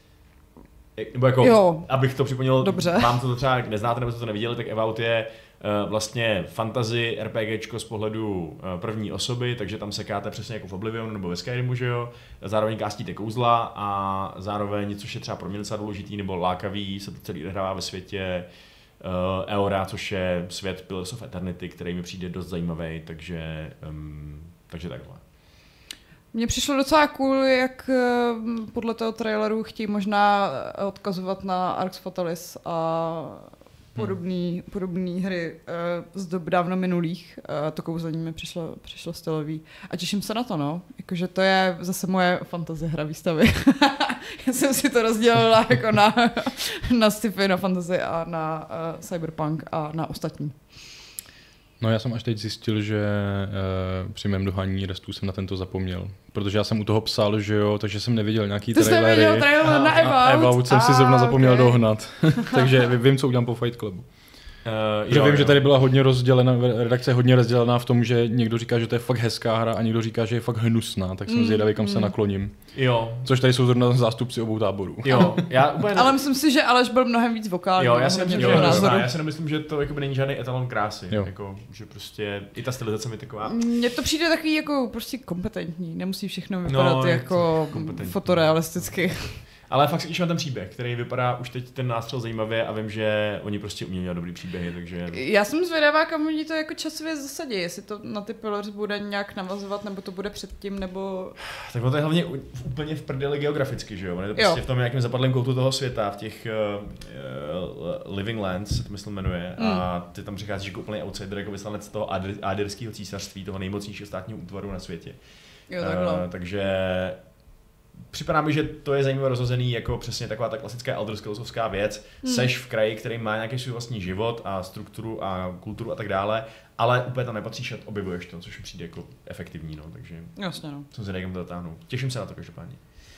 nebo jako, jo, abych to připomněl, vám to třeba neznáte nebo jste to neviděli, tak Evout je vlastně fantasy RPGčko z pohledu první osoby, takže tam sekáte přesně jako v Oblivionu nebo ve Skyrimu, že jo. Zároveň kástíte kouzla a zároveň, což je třeba pro mě docela důležitý nebo lákavý, se to celý odehrává ve světě Eora, což je svět Pillars of Eternity, který mi přijde dost zajímavý, takže takhle. Mně přišlo docela cool, jak podle toho traileru chtějí možná odkazovat na Arx Fatalis a podobné hry z dob dávno minulých. To kouzlení mi přišlo stylový. A těším se na to, no. Jakože to je zase moje fantasy hra výstavy. Já jsem si to rozdělila jako na sci-fi, na fantasy a na cyberpunk a na ostatní. No já jsem až teď zjistil, že při mém dohání restů jsem na tento zapomněl. Protože já jsem u toho psal, že jo, takže jsem neviděl nějaký trailery. Ty jsi trailer na Evout? A Evout jsem si zrovna zapomněl dohnat. Takže vím, co udělám po Fight Clubu. Vím, že tady byla hodně rozdělená, redakce je hodně rozdělená v tom, že někdo říká, že to je fakt hezká hra a někdo říká, že je fakt hnusná, tak jsem zvědavý, kam se nakloním. Jo. Což tady jsou zrovna zástupci obou táborů. Jo. Ale myslím si, že Aleš byl mnohem víc vokální. Jo, já si nemyslím, že to jako není žádný etalon krásy. Jako, že prostě i ta stylizace mi taková. Mně to přijde takový jako prostě kompetentní. Nemusí všechno vypadat jako fotorealisticky. Ale fakt si na ten příběh, který vypadá už teď ten nástřel zajímavě a vím, že oni prostě umějí dělat dobrý příběhy, takže... Já jsem zvědavá, kam oni to jako časově zasadí, jestli to na ty Pillars bude nějak navazovat, nebo to bude předtím, nebo... Tak to je hlavně úplně v prdeli geograficky, že jo? On je to prostě v tom nějakém zapadlém koutu toho světa, v těch Living Lands se to myslím jmenuje, a ty tam přicházíš jako úplný outsider, jako vyslanec toho Adirského císařství, toho nejmocnějšího státního útvaru na světě. Jo, takhle. Takže... Připadá mi, že to je zajímavé rozhozený jako přesně taková ta klasická Elder Scrollsovská věc. Seš v kraji, který má nějaký svůj vlastní život a strukturu a kulturu a tak dále, ale úplně tam nepatříš a objevuješ to, což mi přijde jako efektivní, no, takže jasně, no. Jsem zvědavý, kam to dotáhnu. Těším se na to každopádně.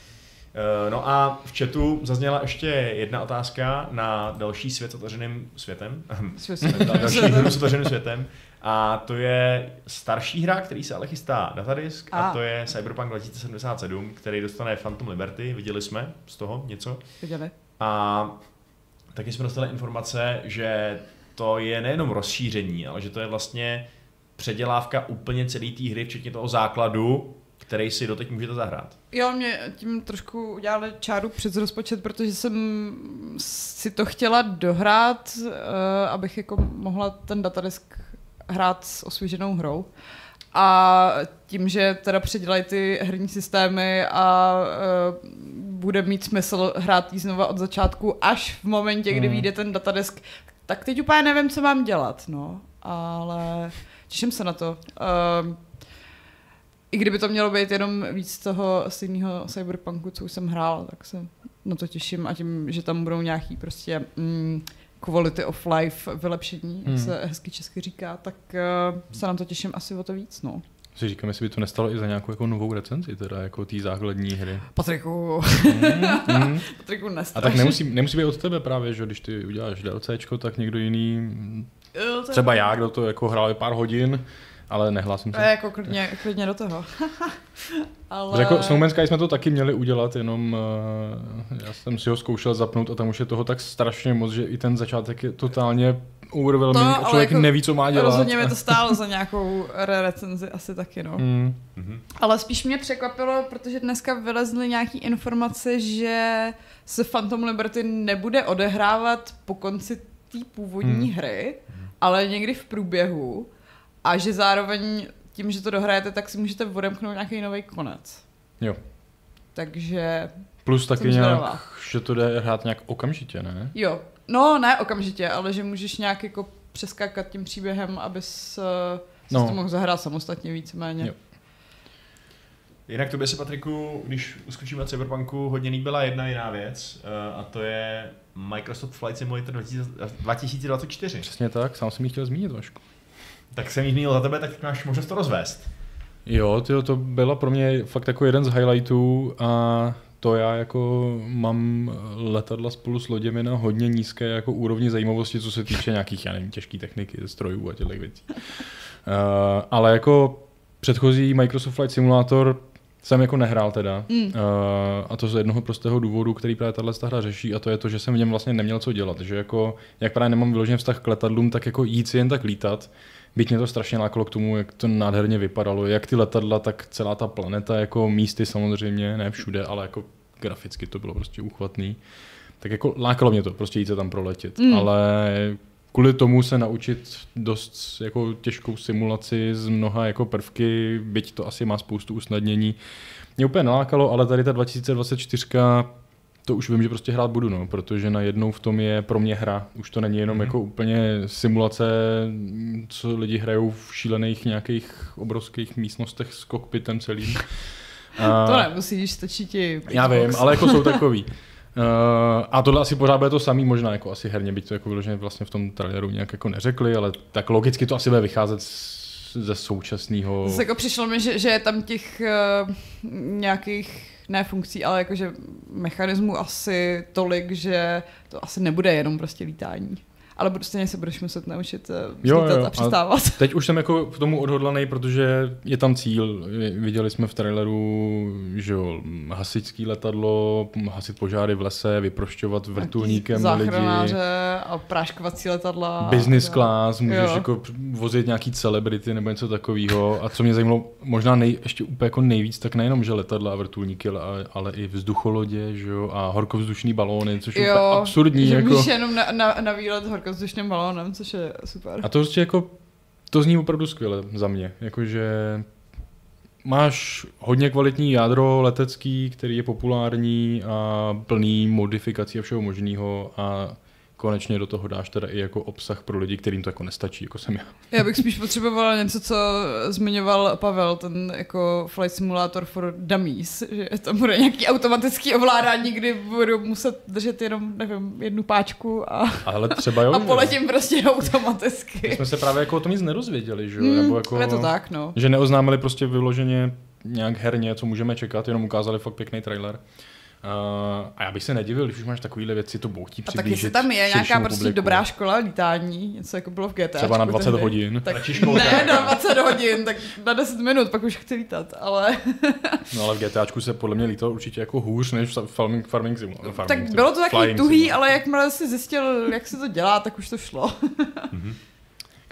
No a v chatu zazněla ještě jedna otázka na další svět s otevřeným světem. Další hru s otevřeným světem. A to je starší hra, který se ale chystá datadisk, a to je Cyberpunk 2077, který dostane Phantom Liberty. Viděli jsme z toho něco? Viděli. A taky jsme dostali informace, že to je nejenom rozšíření, ale že to je vlastně předělávka úplně celé té hry, včetně toho základu, který si doteď můžete zahrát. Jo, mě tím trošku udělali čáru přes rozpočet, protože jsem si to chtěla dohrát, abych jako mohla ten datadisk hrát s osvěženou hrou. A tím, že teda předělají ty herní systémy a bude mít smysl hrát jí znova od začátku až v momentě, kdy vyjde ten datadisk, tak teď úplně nevím, co mám dělat, no. Ale těším se na to. I kdyby to mělo být jenom víc toho stejného cyberpunku, co už jsem hrál, tak se na to těším. A tím, že tam budou nějaký prostě quality of life vylepšení, jak se hezky česky říká, tak se na to těším asi o to víc, no. Si říkám, jestli by to nestalo i za nějakou jako novou recenzi, teda jako té základní hry. Patriku, Patriku, nestraš. A tak nemusí být od tebe právě, že když ty uděláš DLCčko, tak někdo jiný, třeba já, kdo to jako hrál pár hodin, ale nehlásím se. Jako klidně do toho. Ale... Jako s No Man's Sky jsme to taky měli udělat, jenom já jsem si ho zkoušel zapnout a tam už je toho tak strašně moc, že i ten začátek je totálně overwhelming a člověk jako neví, co má dělat. Rozhodně mi to stálo za nějakou recenzi asi taky, no. Ale spíš mě překvapilo, protože dneska vylezly nějaký informace, že se Phantom Liberty nebude odehrávat po konci té původní hry, ale někdy v průběhu. A že zároveň tím, že to dohrajete, tak si můžete odemknout nějaký nový konec. Jo. Takže... Plus taky nějak, že to jde hrát nějak okamžitě, ne? Jo. No, ne okamžitě, ale že můžeš nějak jako přeskákat tím příběhem, abys to mohl zahrát samostatně víceméně. Jo. Jinak tobě se, Patriku, když uskočíme na Cyberpunku, hodně líbila jedna jiná věc, a to je Microsoft Flight Simulator 2024. Přesně tak, sám jsem ji chtěl zmínit trošku. Tak jsem ji zmínil za tebe, tak máš možnost to rozvést. Jo, to bylo pro mě fakt jako jeden z highlightů a to já jako mám letadla spolu s loděmi na hodně nízké jako úrovni zajímavosti, co se týče nějakých, já nevím, těžké techniky, strojů a těchto věcí. Ale jako předchozí Microsoft Flight Simulator jsem jako nehrál teda. A to z jednoho prostého důvodu, který právě tato hra řeší, a to je to, že jsem v něm vlastně neměl co dělat. Že jako, jak právě nemám vyložený vztah k letadlům, tak jako jít si jen tak lítat. Byť mě to strašně lákalo k tomu, jak to nádherně vypadalo. Jak ty letadla, tak celá ta planeta, jako místy samozřejmě, ne všude, ale jako graficky to bylo prostě uchvatný. Tak jako lákalo mě to, prostě jít se tam proletět. Ale kvůli tomu se naučit dost jako těžkou simulaci z mnoha jako prvky, byť to asi má spoustu usnadnění. Mě úplně nalákalo, ale tady ta 2024 to už vím, že prostě hrát budu, no, protože najednou v tom je pro mě hra. Už to není jenom jako úplně simulace, co lidi hrajou v šílených nějakých obrovských místnostech s kokpitem celým. To nemusíš, stačí ti. Já vím, ale jako jsou takový. A tohle asi pořád bude to samý, možná jako asi herně, byť to jako vyloženě vlastně v tom traileru nějak jako neřekli, ale tak logicky to asi bude vycházet ze současného. Zase jako přišlo mi, že je tam těch nějakých ne funkcí, ale jakože mechanismů asi tolik, že to asi nebude jenom prostě lítání. Ale stejně se budeš muset naučit vzlítat a přistávat. A teď už jsem jako v tomu odhodlaný, protože je tam cíl. Viděli jsme v traileru, že jo, hasičský letadlo, hasit požáry v lese, vyprošťovat vrtulníkem lidi. Záchranáře a práškovací letadla. Business class, můžeš jako vozit nějaký celebrity nebo něco takového. A co mě zajímalo, možná ještě úplně jako nejvíc, tak nejenom, že letadla a vrtulníky, ale i vzducholodě, že jo, a horkovzdušný balóny, což je úplně absurdní. Že jako... můžeš jenom na výlet horkovzdušným balónem, což je super. A to prostě jako, to zní opravdu skvěle za mě, jakože máš hodně kvalitní jádro letecký, který je populární a plný modifikací a všeho možného a konečně do toho dáš teda i jako obsah pro lidi, kterým to jako nestačí, jako jsem já. Já bych spíš potřebovala něco, co zmiňoval Pavel, ten jako Flight Simulator for Dummies, že tam bude nějaký automatický ovládání, kdy budu muset držet jenom, nevím, jednu páčku ale třeba jo, a poletím prostě automaticky. My jsme se právě jako o tom nic nerozvěděli, že jo? Nebo jako, je to tak, no. Že neoznámili prostě vyloženě nějak herně, co můžeme čekat, jenom ukázali fakt pěkný trailer. A já bych se nedivil, když už máš takovýhle věci, to boutí přiblížit. A tak jestli tam je nějaká prostě dobrá škola lítání, něco jako bylo v GTA. Třeba na 20 hodin. Tak ne, na 20 hodin, tak na 10 minut, pak už chci lítat, ale... No ale v GTAčku se podle mě lítalo určitě jako hůř, než Farming Simulator. Tak bylo to taky tuhý, ale jakmile si zjistil, jak se to dělá, tak už to šlo.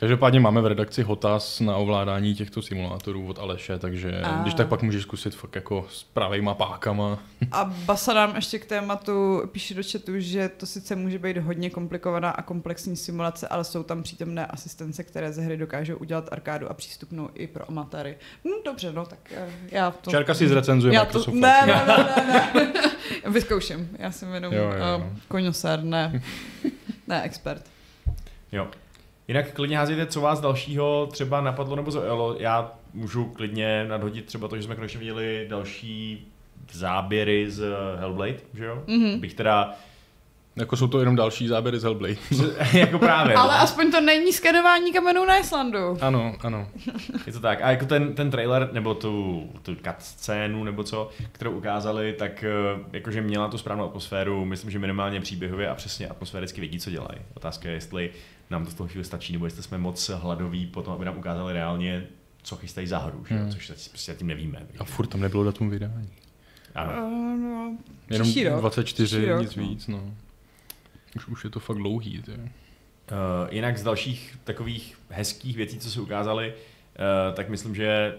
Každopádně máme v redakci hotaz na ovládání těchto simulátorů od Aleše, takže když tak pak můžeš zkusit fakt jako s pravejma pákama. A Basa nám ještě k tématu píše do chatu, že to sice může být hodně komplikovaná a komplexní simulace, ale jsou tam přítomné asistence, které ze hry dokážou udělat arkádu a přístupnou i pro amatéry. Dobře, no tak já to... Čárka si zrecenzuje Microsoft. Ne. Vyzkouším, já jsem jenom koňosér, ne expert. Jo. Jinak klidně házejte, co vás dalšího třeba napadlo nebo zaujalo. Já můžu klidně nadhodit třeba to, že jsme konečně viděli další záběry z Hellblade, že jo? Bych teda... Jako jsou to jenom další záběry z Hellblade. Jako právě. Ale aspoň to není skenování kamenů na Islandu. Ano. Je to tak. A jako ten trailer, nebo tu cutscénu, nebo co, kterou ukázali, tak jakože měla tu správnou atmosféru, myslím, že minimálně příběhově a přesně atmosféricky vědí, co dělají. Otázka je, jestli nám to z toho chvíli stačí, nebo jestli jsme moc hladoví potom, aby nám ukázali reálně, co chystají za hru, že? Což prostě tím nevíme. A furt tam nebylo datum vydání. Ano. Jenom rok. 24, nic víc, no. Už je to fakt dlouhý. Jinak z dalších takových hezkých věcí, co se ukázaly, tak myslím, že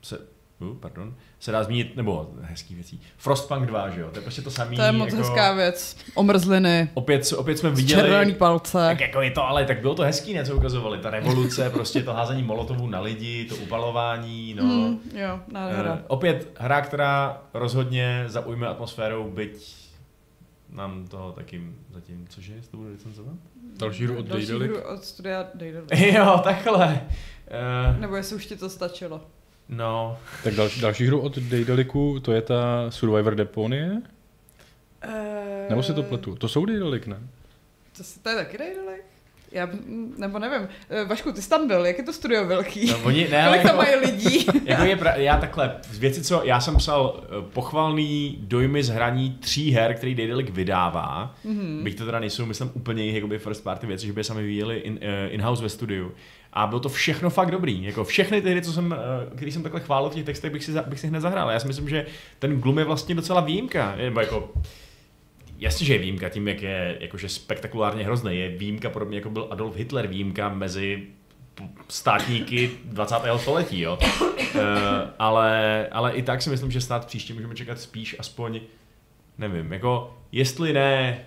se dá zmínit, nebo hezkých věcí. Frostpunk 2, že jo? To je prostě to samý. To je moc jako, hezká věc. Omrzliny. Opět jsme viděli. Červený palce. Tak jako je to, ale tak bylo to hezký, ne, co ukazovali. Ta revoluce, prostě to házení molotovů na lidi, to upalování, no. Jo, nádhera. Opět hra, která rozhodně zaujme atmosférou, byť nám toho taky zatím, cože, jestli to bude recenzovat? Další hru od Daedalic. Další hru od studia Daedalic. Jo, takhle. Nebo jestli už ti to stačilo. No. Tak další hru od Daedalicu, to je ta Survivor Deponie? Nebo si to pletu? To jsou Daedalic, ne? To je taky Daedalic? Nebo nevím. Vašku, ty jsi tam byl, jak je to studio velký? No, kolik tam mají lidí? Já takhle, věci, co já jsem psal pochvalný dojmy z hraní 3 her, který Daedalic vydává, byť to teda nejsou, myslím, úplně jejich jakoby first party věci, že by je sami vyvíjeli in-house ve studiu. A bylo to všechno fakt dobrý. Jako všechny ty hry, který jsem takhle chválil v těch textech, bych si hned zahrál. Já si myslím, že ten Gloom je vlastně docela výjimka. Nebo jako, jasně, že je výjimka tím, jak je jakože spektakulárně hrozný. Je výjimka podobně, jako byl Adolf Hitler výjimka mezi státníky 20. století. Jo? Ale i tak si myslím, že snad příště můžeme čekat spíš aspoň, nevím, jako jestli ne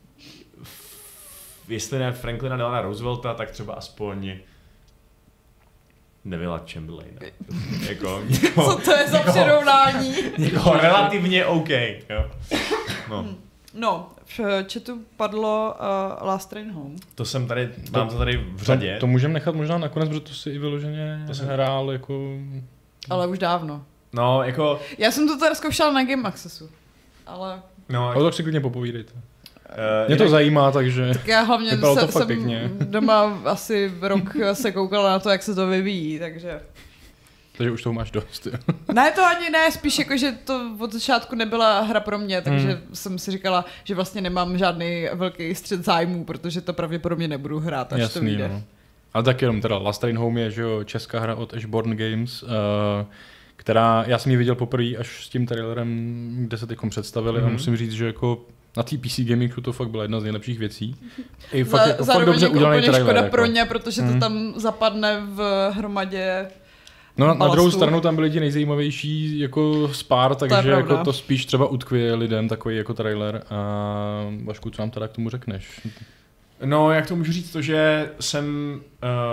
Franklina Delana Roosevelta, tak třeba aspoň Nevilla Chamberlaina. Jako, co to je za přirovnání? Jako relativně OK. Jo? No, v chatu padlo Last Train Home. To jsem tady, mám to tady v řadě. To můžeme nechat možná nakonec, protože to si i vyloženě hrál jako... Ale už dávno. No, jako... Já jsem to teda zkoušel na Game Accessu, ale... No, ale tak si klidně popovídejte. Mě to zajímá, takže tak já hlavně jsem pěkně. Doma asi rok se koukala na to, jak se to vyvíjí, takže... Takže už toho máš dost. Ne, to ani ne, spíš jako, že to od začátku nebyla hra pro mě, takže jsem si říkala, že vlastně nemám žádný velký střet zájmů, protože to pravděpodobně nebudu hrát, až to vyjde. No. Ale tak jenom teda Last Train Home je, že jo, česká hra od Ashborn Games, která, já jsem ji viděl poprvé až s tím trailerem, kde se teďkom představili a musím říct, že jako na té PC Gamingu to fakt byla jedna z nejlepších věcí. I fakt, fakt dobře udělaný trailer. Škoda jako. Pro ně, protože to tam zapadne v hromadě. No na druhou stranu tam byli ti nejzajímavější jako spár, takže jako to spíš třeba utkvěje lidem takový jako trailer. A Vašku, co nám teda k tomu řekneš? No, jak to můžu říct, to, že jsem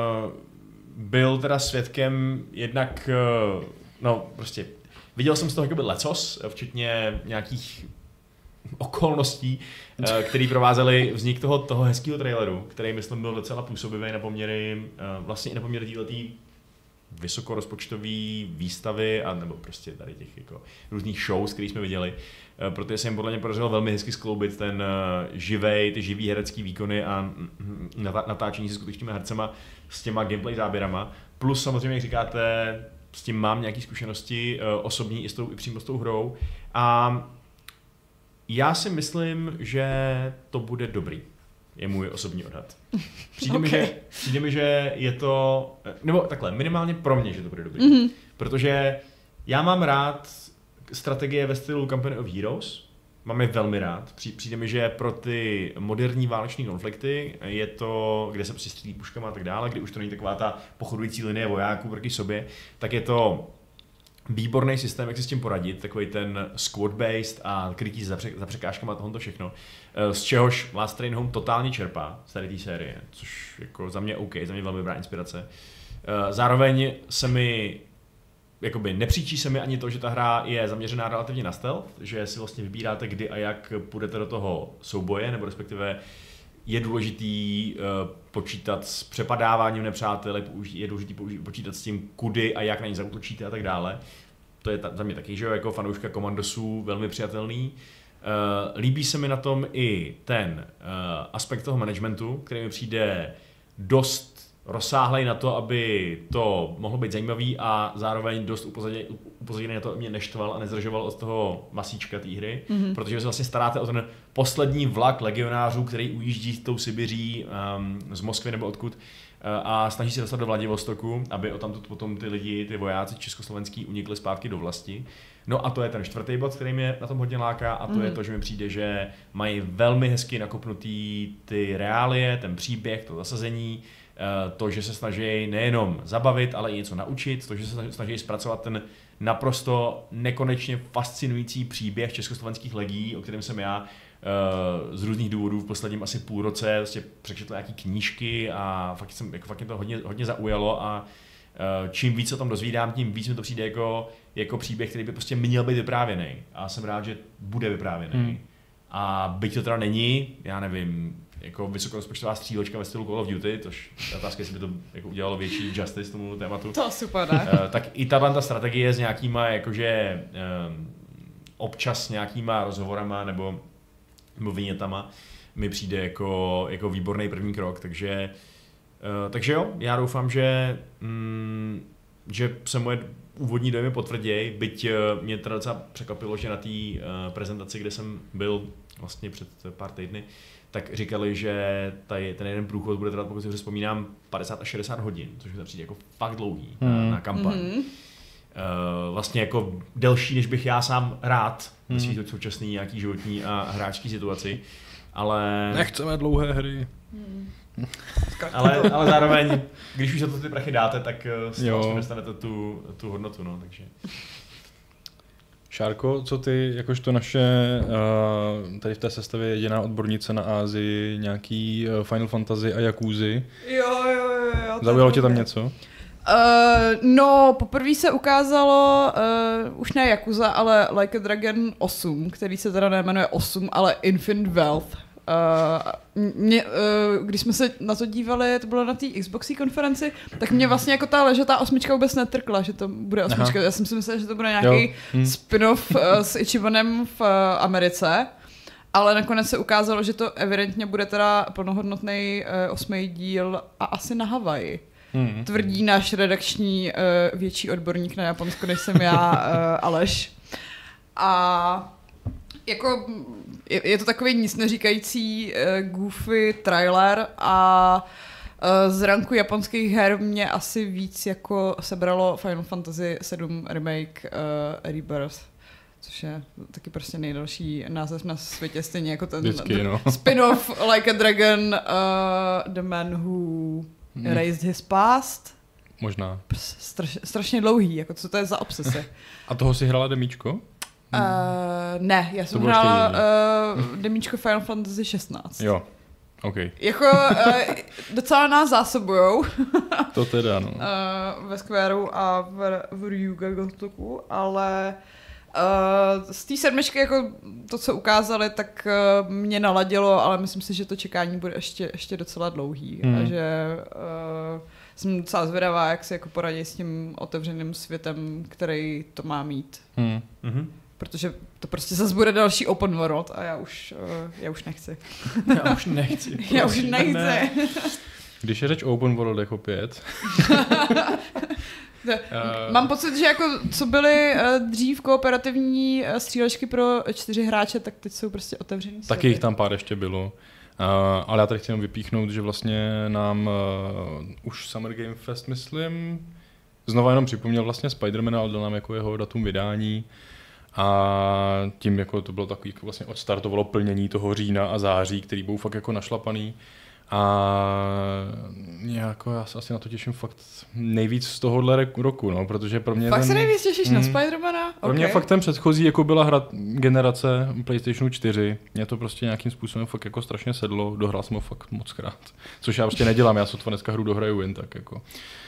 byl teda svědkem jednak, no prostě viděl jsem z toho jakoby lecos, včetně nějakých okolností, které provázely vznik toho hezkého traileru, který myslím byl docela působivý na poměry, vlastně i na poměry téhletý vysokorozpočtové výstavy a nebo prostě tady těch jako různých shows, které jsme viděli. Protože se jim podle mě podařilo velmi hezky skloubit ten ty živý herecký výkony a natáčení se skutečnými hercema s těma gameplay záběrama. Plus samozřejmě, jak říkáte, s tím mám nějaké zkušenosti osobní i přímo s tou hrou. A já si myslím, že to bude dobrý. Je můj osobní odhad. Přijde mi, že je to, nebo takhle, minimálně pro mě, že to bude dobrý. Protože já mám rád strategie ve stylu Company of Heroes. mám je velmi rád. Přijde mi, že pro ty moderní váleční konflikty je to, kde se prostě střílí puškama a tak dále, kdy už to není taková ta pochodující linie vojáků proti sobě, tak je to výborný systém, jak si s tím poradit, takový ten squad-based a krytí za překážkama tohoto všechno. Z čehož Last Train Home totálně čerpá z tady té série, což jako za mě OK, za mě velmi dobrá inspirace. Zároveň se mi jakoby nepříčí se mi ani to, že ta hra je zaměřená relativně na stealth, že si vlastně vybíráte, kdy a jak půjdete do toho souboje, nebo respektive je důležitý počítat s přepadáváním nepřátel, je důležitý počítat s tím, kudy a jak na ně zaútočíte a tak dále. To je za mě taky, že jo, jako fanouška komandosů velmi přijatelný. Líbí se mi na tom i ten aspekt toho managementu, který mi přijde dost rozsáhlej na to, aby to mohlo být zajímavý a zároveň dost upozaděný na to, aby mě neštval a nezdržoval od toho masíčka té hry, protože vy se vlastně staráte o ten poslední vlak legionářů, který ujíždí s tou Sibiří z Moskvy nebo odkud a snaží se dostat do Vladivostoku, aby odtamtud potom ty lidi, ty vojáci československý unikli zpátky do vlasti. No a to je ten čtvrtý bod, který mě na tom hodně láká a to je to, že mi přijde, že mají velmi hezky nakopnutý ty reálie, ten příběh, to zasazení, to, že se snaží nejenom zabavit, ale i něco naučit, to, že se snaží zpracovat ten naprosto nekonečně fascinující příběh československých legií, o kterém jsem já z různých důvodů v posledním asi půl roce vlastně přečetl nějaký knížky a fakt mě to hodně zaujalo a čím víc o tom dozvídám, tím víc mi to přijde jako příběh, který by prostě měl být vyprávěný. A jsem rád, že bude vyprávěný. A byť to teda není, já nevím, jako vysokorozpočtová střílečka ve stylu Call of Duty, tož je otázka, jestli by to jako udělalo větší justice tomu tématu. To super, ne? Tak i ta strategie s nějakýma jakože občas nějakýma rozhovorama nebo vinětama mi přijde jako výborný první krok, takže jo, já doufám, že se moje úvodní dojmy potvrdějí, byť mě teda docela překvapilo, že na té prezentaci, kde jsem byl vlastně před pár týdny, tak říkali, že ten jeden průchod bude trvat, pokud si vzpomínám, 50 až 60 hodin, což mi přijde jako fakt dlouhý na kampaň. Vlastně jako delší, než bych já sám rád ve svý současný nějaký životní a hráčský situaci, ale... Nechceme dlouhé hry. ale zároveň, když už za to ty prachy dáte, tak z toho dostanete tu hodnotu, no, takže... Šárko, co ty, jakožto naše tady v té sestavě jediná odbornice na Asii, nějaký Final Fantasy a Yakuzy? Jo. Zaujalo tě tam něco? No, poprvé se ukázalo už ne Yakuza, ale Like a Dragon 8, který se teda nejmenuje 8, ale Infinite Wealth. Když jsme se na to dívali, to bylo na té Xboxí konferenci, tak mě vlastně jako ta ležetá osmička vůbec netrkla, že to bude osmička. Já jsem si myslela, že to bude nějaký spin-off s Ichibanem v Americe, ale nakonec se ukázalo, že to evidentně bude teda plnohodnotný 8. díl a asi na Havaji. Tvrdí náš redakční větší odborník na Japonsko, než jsem já, Aleš. A jako je to takový nic neříkající goofy trailer a z ranku japonských her mě asi víc jako sebralo Final Fantasy 7 Remake Rebirth, což je taky prostě nejdelší název na světě, stejně jako ten spin-off Like a Dragon, The Man Who Raised His Past. Možná. Strašně dlouhý, jako co to je za obsese. A toho si hrála demíčko? Ne, já jsem hrála demíčko Final Fantasy 16. Jo, OK. Jako docela nás zásobujou. To teda, no. Ve Squareu a v Ryuga Gotoku, ale z té sedmičky jako to, co ukázali, tak mě naladilo, ale myslím si, že to čekání bude ještě docela dlouhý. A že jsem docela zvědavá, jak se jako poradí s tím otevřeným světem, který to má mít. Protože to prostě zase bude další open world a já už nechci. Já už nechci. Když je řeč o open worldech opět. Mám pocit, že jako co byly dřív kooperativní střílečky pro 4 hráče, tak teď jsou prostě otevřený světy. Taky jich tam pár ještě bylo. Ale já tady chci jenom vypíchnout, že vlastně nám už Summer Game Fest, myslím, znova jenom připomněl vlastně Spider-Mana, ale dal nám jako jeho datum vydání. A tím jako to bylo takový, jako vlastně odstartovalo plnění toho října a září, který byl fakt jako našlapaný. A jako já se asi na to těším fakt nejvíc z tohohle roku, no, protože pro mě fakt se nejvíc těšíš na Spidermana? Pro mě fakt ten předchozí jako byla hra generace PlayStationu 4. Mě to prostě nějakým způsobem fakt jako strašně sedlo, dohrál jsem ho fakt moc krát. Což já prostě nedělám, já sotva dneska hru dohraju jen tak jako.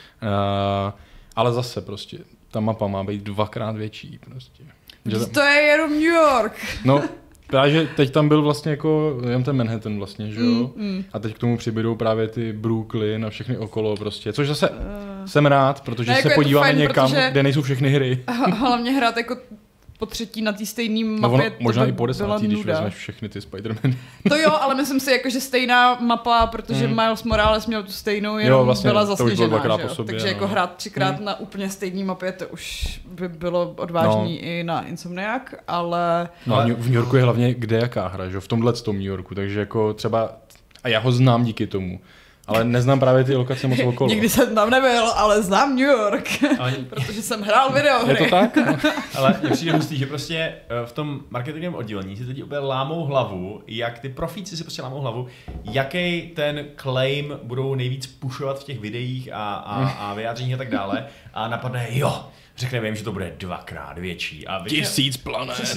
Ale zase prostě ta mapa má být 2x větší prostě. To je jenom New York. No, právě, že teď tam byl vlastně jako, jen ten Manhattan vlastně, že jo? A teď k tomu přibydou právě ty Brooklyn a všechny okolo prostě, což zase jsem rád, protože jako se podíváme fajn, někam, protože kde nejsou všechny hry. Hlavně hrát jako po třetí na té stejné mapě. No možná i po desátý, když vezmeš všechny ty Spider-Many. To jo, ale myslím si, jako, že stejná mapa, protože Miles Morales měl tu stejnou, jenom jo, vlastně, byla zasněžená. Po sobě, takže jako hrát 3x na úplně stejné mapě, to už by bylo odvážný i na Insomniac, ale... No a v New Yorku je hlavně kde jaká hra, že? V tomhletom New Yorku, takže jako třeba... A já ho znám díky tomu. Ale neznám právě ty lokace moc okolo. Nikdy jsem tam nebyl, ale znám New York, protože jsem hrál videohry. Je to tak? Ale mě přijde hustý, že prostě v tom marketingovém oddělení si teď úplně lámou hlavu, jak ty profíci si prostě lámou hlavu, jaký ten claim budou nejvíc pushovat v těch videích a vyjádřeních a tak dále. A napadne, řekneme jim, že to bude 2x větší. A 1000 planet.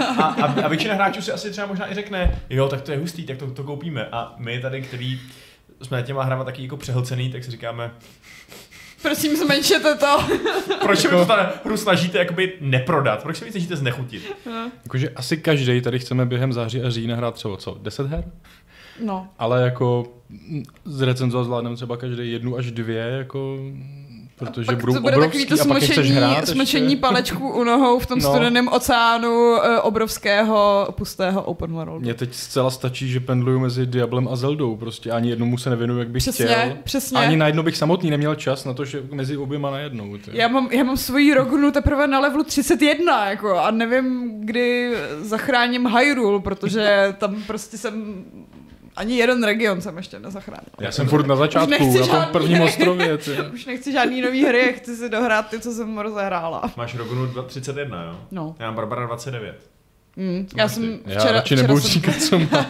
A většina hráčů si asi třeba možná i řekne, tak to je hustý, tak to koupíme. A my tady, který jsme těma hrama taky jako přehlcený, tak si říkáme... Prosím, zmenšete to. Proč se mi to hru snažíte jakoby neprodat? Proč se mi snažíte znechutit? Jakože asi každej tady chceme během září a října hrát třeba 10 her? No. Ale jako zrecenzovat zvládneme třeba každý 1 až 2, jako... Protože budou obrovský a pak chceš hrát smlčení palečků u nohou v tom studeném oceánu obrovského pustého open world. Mně teď zcela stačí, že pendluju mezi Diablem a Zeldou, prostě ani jednomu se nevěnuju, jak bych chtěl. Přesně. Ani najednou bych samotný neměl čas na to, že mezi oběma najednou. Já mám svoji Rogunu teprve na levelu 31, jako, a nevím, kdy zachráním Hyrule, protože tam prostě jsem... Ani jeden region jsem ještě nezachránil. Já jsem furt na začátku, na tom prvním ostrově. Už nechci žádný nový hry, chci si dohrát ty, co jsem rozehrála. Máš Rogunu 31, jo? No. Já mám Barbara 29. Já jsem já radši nebudu říkat, co mám.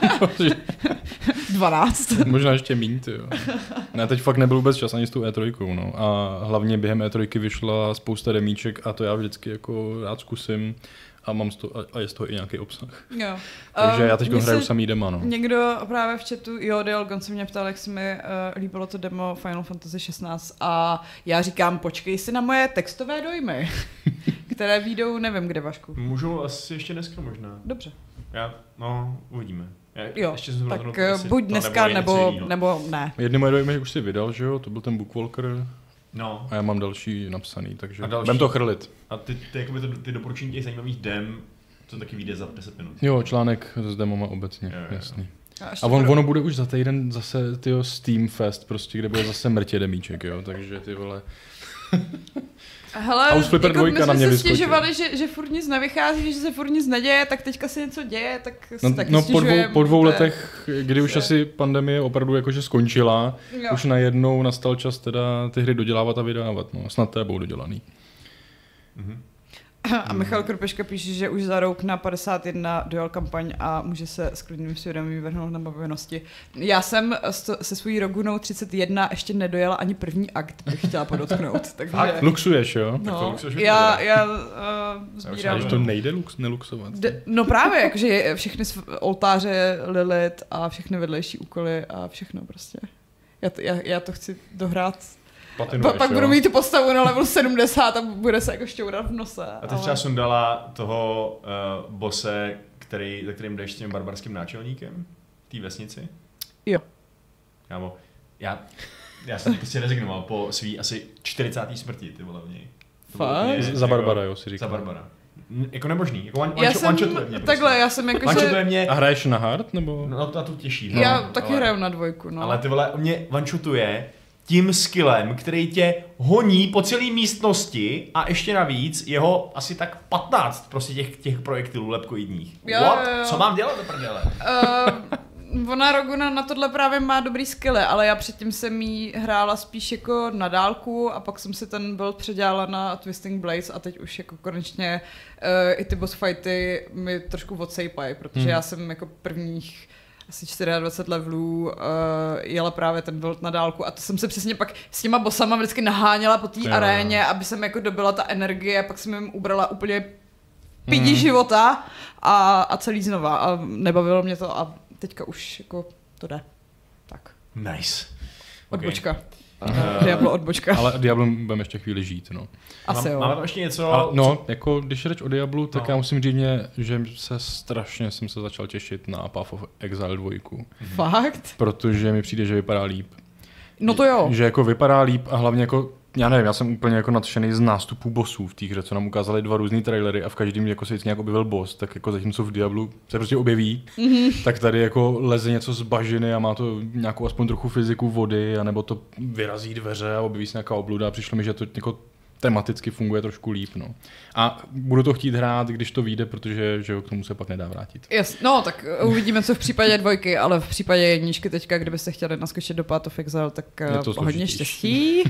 12. Možná ještě míň, jo. Ne, teď fakt nebyl vůbec čas ani s tou E3, no. A hlavně během E3 vyšla spousta demíček a to já vždycky jako rád zkusím. A mám a je z toho i nějaký obsah. Jo. Takže já teď hraju samý dema, no. Někdo právě v chatu, Dialgon se mě ptal, jak se mi líbilo to demo Final Fantasy 16 a já říkám, počkej si na moje textové dojmy, které výjdou, nevím kde, Vašku. Můžu asi ještě dneska možná. Dobře. Uvidíme. Ještě tak buď dneska, nebo ne. Jedny moje dojmy už si vydal, že jo, to byl ten Bookwalker. No. A já mám další napsaný, takže budem to chrlit. A ty doporučení těch zajímavých dem, to taky vyjde za 10 minut. Jo, článek s demama obecně, jasný. A ono bude už za týden zase Steam Fest, prostě, kde bude zase mrtě demíček, jo, takže ty vole... Hele, a už Flipper 2 na mě vyskočil. My jsme si stěžovali, že furt nic nevychází, že se furt nic neděje, tak teďka se něco děje, tak si taky stěžujeme. Po dvou letech, kdy už asi pandemie opravdu jakože skončila, už najednou nastal čas teda ty hry dodělávat a vydávat, no, snad to budou dodělaný. A Michal Krpeška píše, že už za rok na 51 dojel kampaň a může se s klidným svědomím vrhnout na povinnosti. Já jsem se svojí Rogunou 31 ještě nedojela ani první akt, bych chtěla podotknout. Takže... Luxuješ, jo? No, já sbírám. To nejde neluxovat. No právě, jakože všechny oltáře Lilith a všechny vedlejší úkoly a všechno prostě. Já to chci dohrát. Pak budu mít tu postavu na level 70 a bude se jako šťourat v nose. A ty třeba sundala toho bose, za kterým jdeš s tím barbarským náčelníkem? Té vesnici? Jo. Kámo, já jsem prostě rezignoval po svý asi 40. smrti, ty vole v něj. Fakt? Za Barbara, jo, si říkal. Za Barbara. Jako nemožný, jako one-shotuje mě. Takhle, já jsem jako mě... A hraješ na hard, nebo? No to na tu těžší. Já taky hraju na 2, no. Ale ty vole, mě one-shotuje tím skillem, který tě honí po celé místnosti a ještě navíc jeho asi tak 15 prostě těch projektilů lepkoidních. What? Co mám dělat do prdele? Ona Roguna na tohle právě má dobrý skilly, ale já předtím jsem jí hrála spíš jako na dálku a pak jsem si ten build předělala na Twisting Blades a teď už jako konečně i ty boss fighty mi trošku odsejpají, protože já jsem jako prvních asi 24 levelů jela právě ten build na dálku a to jsem se přesně pak s těma bossama vždycky naháněla po té aréně, aby jsem jako dobila ta energie, pak jsem jim ubrala úplně pidi života a celý znova a nebavilo mě to a teďka už jako to jde. Tak. Nice. Odbočka. Diablo odbočka. Ale Diablo budeme ještě chvíli žít, no. Asi jo. Máme tam ještě něco? A, no, jako když řeč o Diablu, tak já musím říct, že jsem se začal těšit na Path of Exile 2. Fakt? Protože mi přijde, že vypadá líp. No to jo. Že jako vypadá líp a hlavně jako, já nevím, já jsem úplně jako nadšený z nástupů bossů v té hře, co nám ukázali 2 různý trailery a v každém jako se nějak objevil boss, tak jako zatímco v Diablu se prostě objeví, tak tady jako leze něco z bažiny a má to nějakou aspoň trochu fyziku vody, anebo to vyrazí dveře a objeví se nějaká obluda a přišlo mi, že to jako tematicky funguje trošku líp, no. A budu to chtít hrát, když to vyjde, protože že k tomu se pak nedá vrátit. Yes. No, tak uvidíme, co v případě 2, ale v případě 1 teďka, kdybyste chtěli naskočit do Path of Exile, tak hodně štěstí.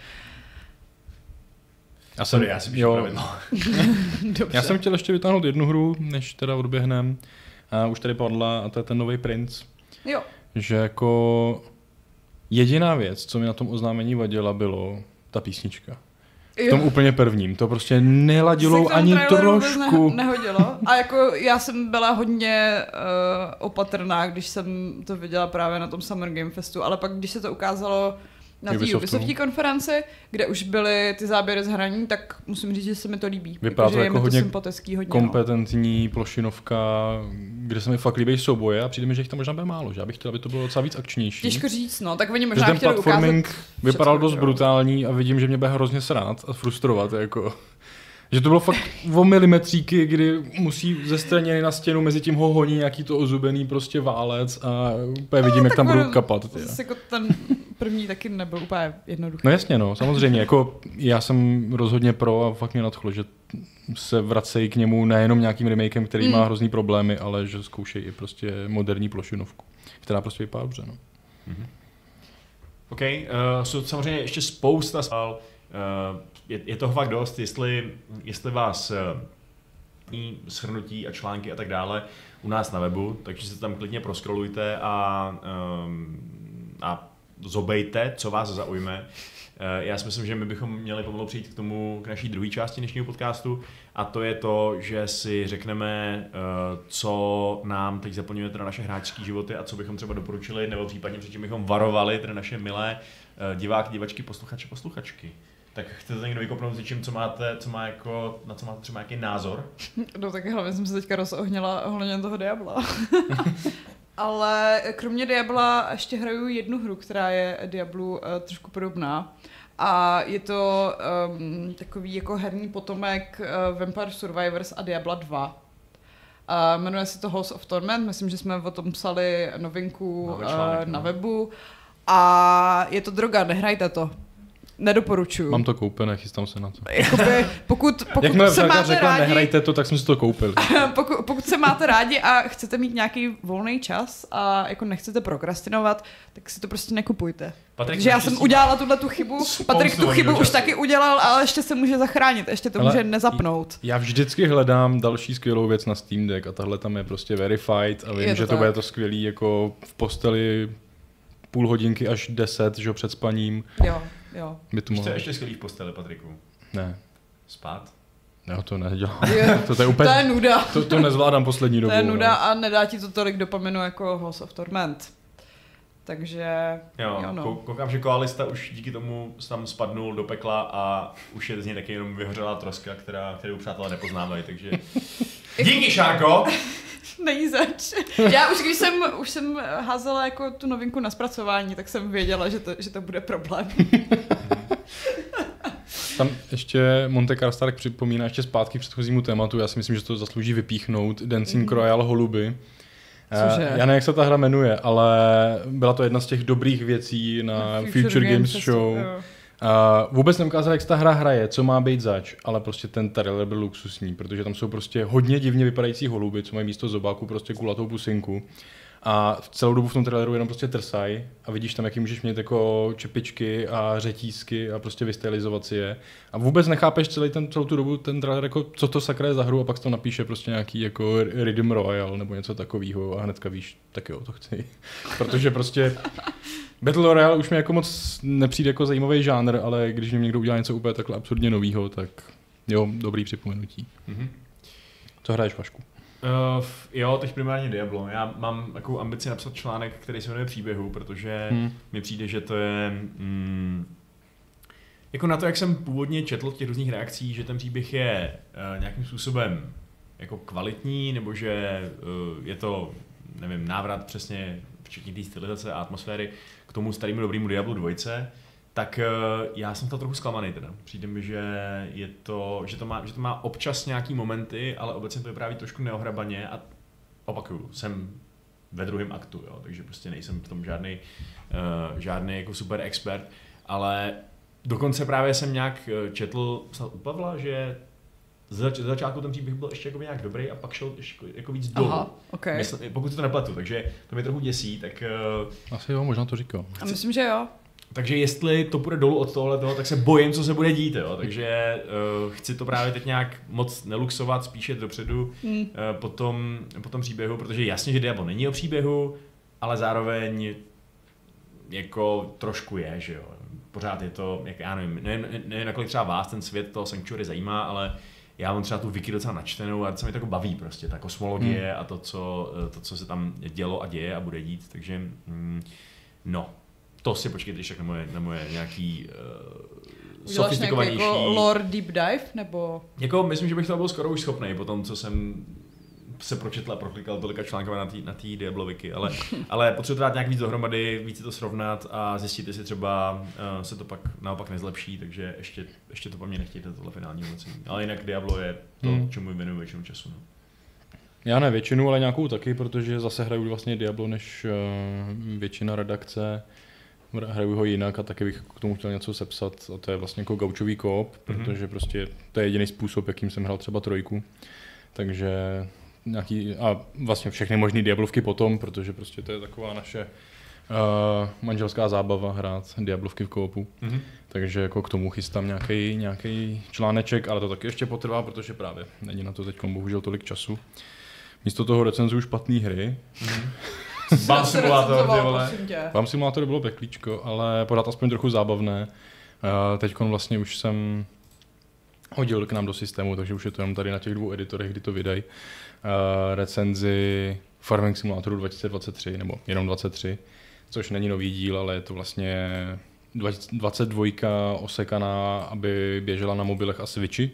Já jsem chtěl ještě vytáhnout jednu hru, než teda odběhnem. Už tady padla a to je ten nový Prince. Jo. Že jako jediná věc, co mi na tom oznámení vadila, bylo ta písnička. V tom úplně prvním. To prostě neladilo ani trošku. Nehodilo. A jako já jsem byla hodně opatrná, když jsem to viděla právě na tom Summer Game Festu, ale pak když se to ukázalo na té Ubisoftí konferenci, kde už byly ty záběry z hraní, tak musím říct, že se mi to líbí. Vypadá to jako hodně hodně kompetentní plošinovka, kde se mi fakt líbí souboje a přijde mi, že jich tam možná bude málo, že já bych chtěl, aby to bylo docela víc akčnější. Těžko říct, no, tak oni možná ten chtěli platforming ukázat vypadal dost brutální a vidím, že mě bude hrozně srát a frustrovat, jako. Že to bylo fakt o milimetříky, kdy musí ze strany na stěnu, mezi tím ho honí nějaký to ozubený prostě válec a úplně vidím, jak tam budou kapat. Jako ten první taky nebyl úplně jednoduchý. No jasně, no, samozřejmě, jako já jsem rozhodně pro a fakt mě nadchlo, že se vracejí k němu nejenom nějakým remakem, který má hrozný problémy, ale že zkoušejí i prostě moderní plošinovku, která prostě vypadá dobře, no. OK, jsou samozřejmě ještě spousta je toho fakt dost, jestli vás shrnutí a články a tak dále u nás na webu, takže se tam klidně proskrolujte a zobejte, co vás zaujme. Já si myslím, že my bychom měli pomalu přijít k naší druhé části dnešního podcastu a to je to, že si řekneme, co nám teď zaplňuje teda naše hráčské životy a co bychom třeba doporučili, nebo případně před čím bychom varovali teda naše milé diváky, divačky, posluchače, posluchačky. Tak chcete někdo vykopnout s něčím, na co máte třeba nějaký názor? No tak hlavně jsem se teďka rozohnila ohledně toho Diabla. Ale kromě Diabla ještě hraju jednu hru, která je Diablu trošku podobná. A je to takový jako herní potomek Vampire Survivors a Diabla 2. Jmenuje se to Halls of Torment, myslím, že jsme o tom psali novinku na webu. A je to droga, nehrajte to. Nedoporučuju. Mám to koupené, chystám se na to. Jakoby, pokud jak moje se máte řekla, rádi, nehrajte to, tak jsme si to koupili. pokud se máte rádi a chcete mít nějaký volný čas a jako nechcete prokrastinovat, tak si to prostě nekupujte. Takže já jsem udělala tu chybu, Patrik tu chybu už taky udělal, ale ještě se může zachránit, ještě to může nezapnout. Já vždycky hledám další skvělou věc na Steam Deck a tahle tam je prostě verified a vím, že to bude to skvělý jako v posteli půl hodinky až 10, že před spaním. Jo. Jste ještě skvělý v posteli, Patriku? Ne. Spát? Já to nedělám. To je úplně... To je nuda. To nezvládám poslední dobu. To je nuda a nedá ti to tolik dopaminu jako Halls of Torment. Takže... Jo, koukám, že koalista už díky tomu tam spadnul do pekla a už je z něj taky jenom vyhořelá troska, kterou přátelé nepoznávají, takže... Díky, Šárko! Není zač. Já už jsem házela jako tu novinku na zpracování, tak jsem věděla, že to bude problém. Tam ještě Monte Carlo připomíná ještě zpátky k předchozímu tématu, já si myslím, že to zaslouží vypíchnout Dancing Royale holuby. Cože? Já nevím, jak se ta hra jmenuje, ale byla to jedna z těch dobrých věcí na Future Games Show. Vůbec neukázal, jak se ta hra hraje, co má být zač, ale prostě ten trailer byl luxusní, protože tam jsou prostě hodně divně vypadající holuby, co mají místo zobáku prostě kulatou pusinku. A celou dobu v tom traileru jenom prostě trsaj a vidíš tam, jaký můžeš mít jako čepičky a řetízky a prostě vystylizovat si je. A vůbec nechápeš celou tu dobu ten trailer, jako co to sakra je za hru a pak se tam napíše prostě nějaký jako Rhythm Royale nebo něco takového a hnedka víš, tak jo, to chci. Protože prostě Battle Royale už mi jako moc nepřijde jako zajímavý žánr, ale když mi někdo udělá něco úplně takhle absurdně novýho, tak jo, dobrý připomenutí. Mm-hmm. Co hraješ, Vašku? Jo, teď primárně Diablo. Já mám takovou ambici napsat článek, který se jmenuje Příběhu, protože mi přijde, že to je... jako na to, jak jsem původně četl v těch různých reakcích, že ten příběh je nějakým způsobem jako kvalitní, nebo že je to, nevím, návrat přesně včetně té stylizace a atmosféry k tomu starému dobrému Diablu 2, tak já jsem to trochu zklamaný teda. Přijde mi, že to má občas nějaký momenty, ale obecně to vypráví trošku neohrabaně a opakuju, jsem ve druhém aktu, jo, takže prostě nejsem v tom žádný jako super expert, ale dokonce právě jsem nějak četl snad u Pavla, že ze začátku ten příběh byl ještě jako nějak dobrý a pak šel ještě jako víc dolů. Aha, okay. Pokud si to nepletu, takže to mě trochu děsí, tak... Asi jo, možná to říkal. A myslím, že jo. Takže jestli to půjde dolů od tohoto, tak se bojím, co se bude dít, jo. Takže chci to právě teď nějak moc neluxovat, spíše dopředu po tom příběhu, protože jasně, že Diablo není o příběhu, ale zároveň jako trošku je, že jo. Pořád je to, jak já nevím, nakolik třeba vás ten svět toho Sanctuary zajímá, ale já mám třeba tu wiki docela načtenou a to se mi to jako baví prostě, ta kosmologie a to, co se tam dělo a děje a bude dít, takže no. To si počkejte ještě na moje nějaký sofistikovanější... Uděláš nějaký jako lore deep dive, nebo... Jako myslím, že bych to byl skoro už schopnej po tom, co jsem se pročetl a proklikal tolika článků na té Diablo wiki, ale potřebuji to dát nějak víc dohromady, víc si to srovnat a zjistit, jestli třeba se to pak naopak nezlepší, takže ještě to po mně nechtějte tohle finální hodnocení. Ale jinak Diablo je to, čemu věnuju většinu času. No. Já ne většinu, ale nějakou taky, protože zase hraju vlastně Diablo než většina redakce. Hraju ho jinak a taky bych k tomu chtěl něco sepsat a to je vlastně jako gaučový koop, protože prostě to je jediný způsob, jakým jsem hrál třeba 3. Takže nějaký, a vlastně všechny možný Diablovky potom, protože prostě to je taková naše manželská zábava hrát Diablovky v koopu. Takže jako k tomu chystám nějaký článeček, ale to taky ještě potrvá, protože právě není na to teď bohužel tolik času. Místo toho recenzuju špatný hry. Bám simulátor, ty vole. Bám simulátor bylo peklíčko, ale pořád aspoň trochu zábavné. Teďkon vlastně už jsem hodil k nám do systému, takže už je to jenom tady na těch 2 editorech, kdy to vydají. Recenzi Farming Simulatoru 2023, nebo jenom 23, což není nový díl, ale je to vlastně 22 osekaná, aby běžela na mobilech a Switchi.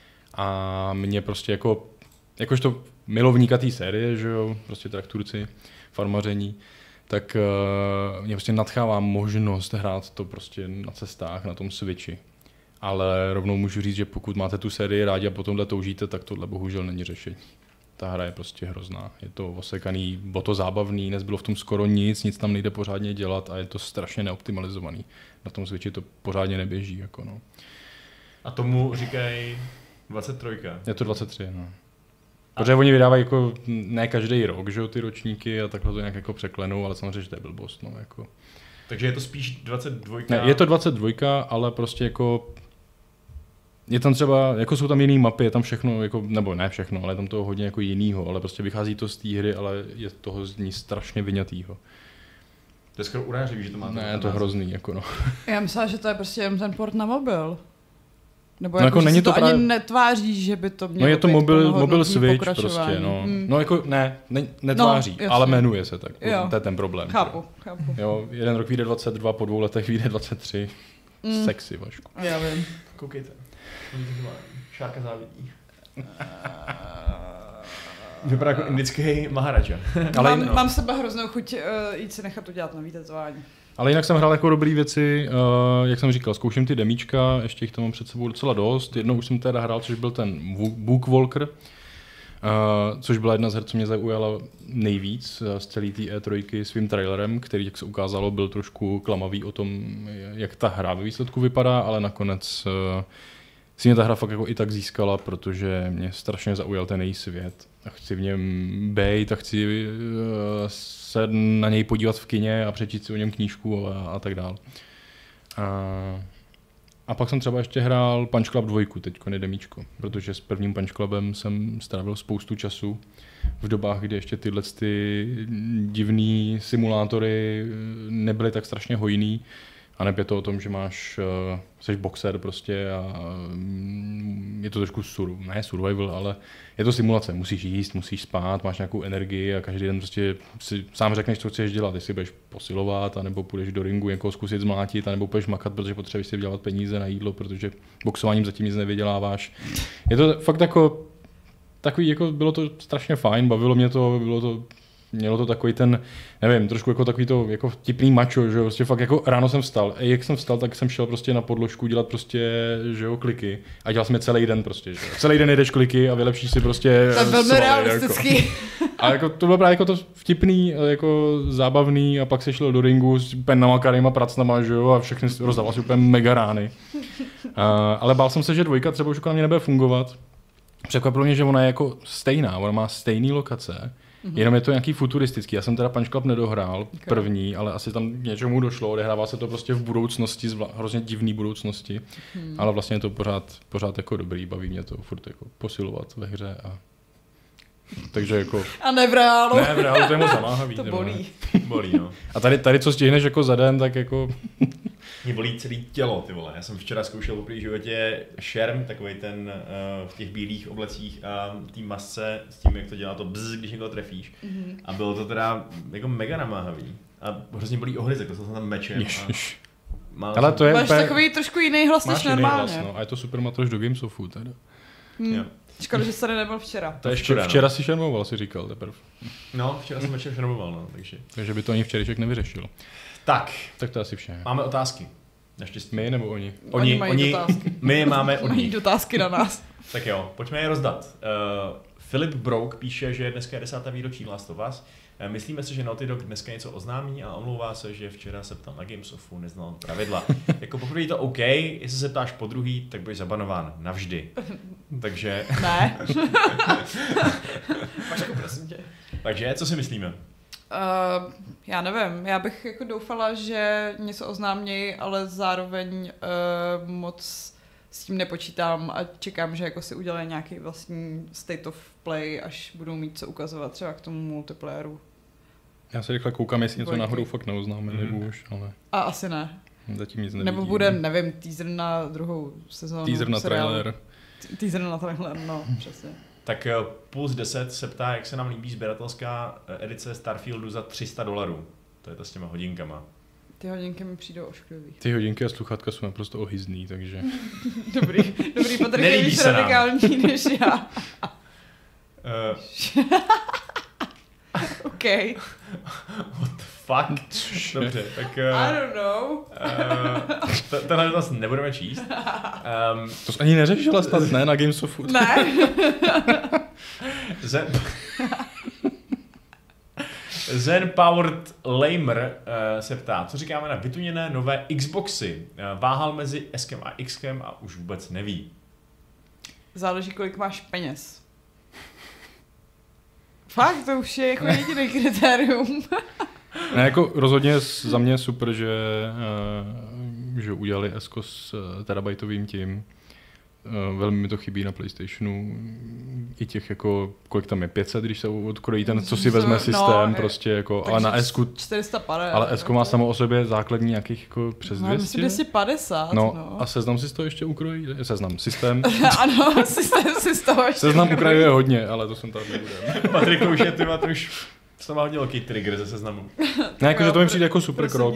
A mě prostě jakožto milovníka té série, že jo, prostě trakturci, farmaření, tak mě prostě nadchává možnost hrát to prostě na cestách, na tom Switchi. Ale rovnou můžu říct, že pokud máte tu sérii rádi a potom toužíte, tak tohle bohužel není řešení. Ta hra je prostě hrozná. Je to osekaný, bylo to zábavný, nezbylo v tom skoro nic tam nejde pořádně dělat a je to strašně neoptimalizovaný. Na tom Switchi to pořádně neběží. Jako no. A tomu říkají 23. Je to 23, no. Protože oni vydávají jako ne každý rok, že jo, ty ročníky a takhle to nějak jako překlenou, ale samozřejmě, že to je blbost, no, jako. Takže je to spíš 22? Ne, je to 22, ale prostě jako je tam třeba, jako jsou tam jiný mapy, je tam všechno, jako, nebo ne všechno, ale je tam toho hodně jako jinýho, ale prostě vychází to z té hry, ale je toho z ní strašně vyňatýho. To je skoro urážlivý, že to má. Ne, je to hrozný, jako no. Já myslela, že to je prostě jenom ten port na mobil. Nebo no jako není to právě... ani netváří, že by to mělo no je to být mobil Switch prostě, no. No jako netváří, no, ale jmenuje se tak. Jo. To je ten problém. Chápu. Jo, jeden rok vyjde 22, po 2 letech vyjde 23. Sexy, Vašku. Já vím. Koukejte. Šárka závidí. Vypadá jako indický Maharaja. Ale mám sebe hroznou chuť jít si nechat udělat nový tetování. Ale jinak jsem hrál jako dobrý věci, jak jsem říkal, zkouším ty demíčka, ještě jich tam mám před sebou docela dost. Jednou už jsem teda hrál, což byl ten Bookwalker, což byla jedna z her, co mě zaujala nejvíc z celé té E3 svým trailerem, který, jak se ukázalo, byl trošku klamavý o tom, jak ta hra ve výsledku vypadá, ale nakonec si mě ta hra fakt jako i tak získala, protože mě strašně zaujal ten její svět a chci v něm bejt a chci se na něj podívat v kině a přečíst si o něm knížku a tak dál. A pak jsem třeba ještě hrál Punch Club 2, teďko nedemíčko, protože s prvním Punch Clubem jsem strávil spoustu času v dobách, kdy ještě tyhle divný simulátory nebyly tak strašně hojný. A neb je to o tom, že jsi boxer prostě a je to trošku ne survival, ale je to simulace. Musíš jíst, musíš spát, máš nějakou energii a každý den prostě si sám řekneš, co chceš dělat. Jestli budeš posilovat, anebo půjdeš do ringu někoho zkusit zmlátit, anebo půjdeš makat, protože potřebuješ si vydělat peníze na jídlo, protože boxováním zatím nic nevyděláváš. Je to fakt jako takový, jako bylo to strašně fajn, bavilo mě to, mělo to takový ten, nevím, trošku jako takový to jako vtipný mačo, že jo, prostě fakt jako ráno jsem vstal, a jak jsem vstal, tak jsem šel prostě na podložku dělat prostě, že jo, kliky a dělal jsem je celý den prostě, že jo. Celý den jedeš kliky a vylepšíš si prostě to je velmi realistický. Jako. A jako to bylo právě jako to vtipný, jako zábavný a pak se šlo do ringu s pennama, karýma, pracnama, že jo, a všechny rozdával si úplně mega rány. Ale bál jsem se, že 2 třeba už na mě nebude fungovat. Překvapilo mě, že ona je jako stejná, ona má stejný lokace, jenom je to nějaký futuristický. Já jsem teda Punch Club nedohrál první, ale asi tam k něčemu došlo, odehrává se to prostě v budoucnosti, hrozně divný budoucnosti, ale vlastně je to pořád jako dobrý, baví mě to furt jako posilovat ve hře a takže jako... A ne v reálu. Ne, v reálu to je moc zamáhavý. To bolí. Bolí, no. A tady co stihneš jako za den, tak jako... Mě bolí celé tělo, ty vole. Já jsem včera zkoušel v první životě šerm, takovej ten v těch bílých oblecích a té masce s tím, jak to dělá to bzz, když někoho trefíš. A bylo to teda jako mega namáhavý. A hrozně bolí ohryzek, to jsem tam mečem. Ale to je máš úplně... takový trošku jiný hlas než normálně. Hlas, no. A je to super matroš do Gamesofu teda. Škoda, že jsi tady nebyl včera. To je včera si šermoval, si říkal teprve. No, včera jsem večer šermoval, no, takže by to ani včerejšek nevyřešil. Tak to je asi vše. Máme otázky. Naštěstí. My nebo oni? Oni mají otázky. My máme od nich. Otázky na nás. Tak jo, pojďme je rozdat. Filip Brouk píše, že dneska je 10. výročí Last of Us. Myslíme si, že Naughty Dog dneska něco oznámí a omlouvá se, že včera se ptal na Gamesofu, neznal pravidla. Jako pokud je to OK, jestli se ptáš po druhý, tak budeš zabanován navždy. Takže... Ne. Pašku, prosím tě. Takže, co si myslíme? Já nevím, já bych jako doufala, že něco oznámějí, ale zároveň moc s tím nepočítám a čekám, že jako si udělají nějaký vlastní state of play, až budou mít co ukazovat třeba k tomu multiplayeru. Já se rychle koukám, jestli něco náhodou fakt neoznámili už, ale... A asi ne. Zatím nic nevidím. Nebo bude, nevím, teaser na druhou sezónu. Teaser na trailer. Teaser na trailer, no, přesně. Tak Puls 10 se ptá, jak se nám líbí sběratelská edice Starfieldu za $300. To je to s těma hodinkama. Ty hodinky mi přijdou ošklivý. Ty hodinky a sluchátka jsou naprosto ohyzný, takže... Dobrý, Patrik je víc radikální než já. OK. What the fuck? Dobře, tak... I don't know. Tenhle dotaz nebudeme číst. To jsi ani neřešila snad, ne, na Gamesofu? Ne. Zen Powered Lamer se ptá, co říkáme na vytuněné nové Xboxy. Váhal mezi Skem a Xkem a už vůbec neví. Záleží, kolik máš peněz. Fakt, to už je jako jediný kritérium. Ne, jako rozhodně za mě super, že udělali Esko s terabajtovým tím. Velmi mi to chybí na PlayStationu. I těch jako, kolik tam je, 500, když se odkrojí ten, co si vezme systém, prostě jako, ale na Esku... 450. Ale Esko má samo o sobě základní nějakých jako přes 200. Myslím 250. No. A Seznam si to ještě ukrojí? Seznam, systém. Ano, systém si z toho ještě Seznam ukrajuje hodně, ale to jsem tady nebudem. Patrik už je, to už to má hodně velký trigger ze Seznamu. Ne, jakože to mi přijde jako super krok.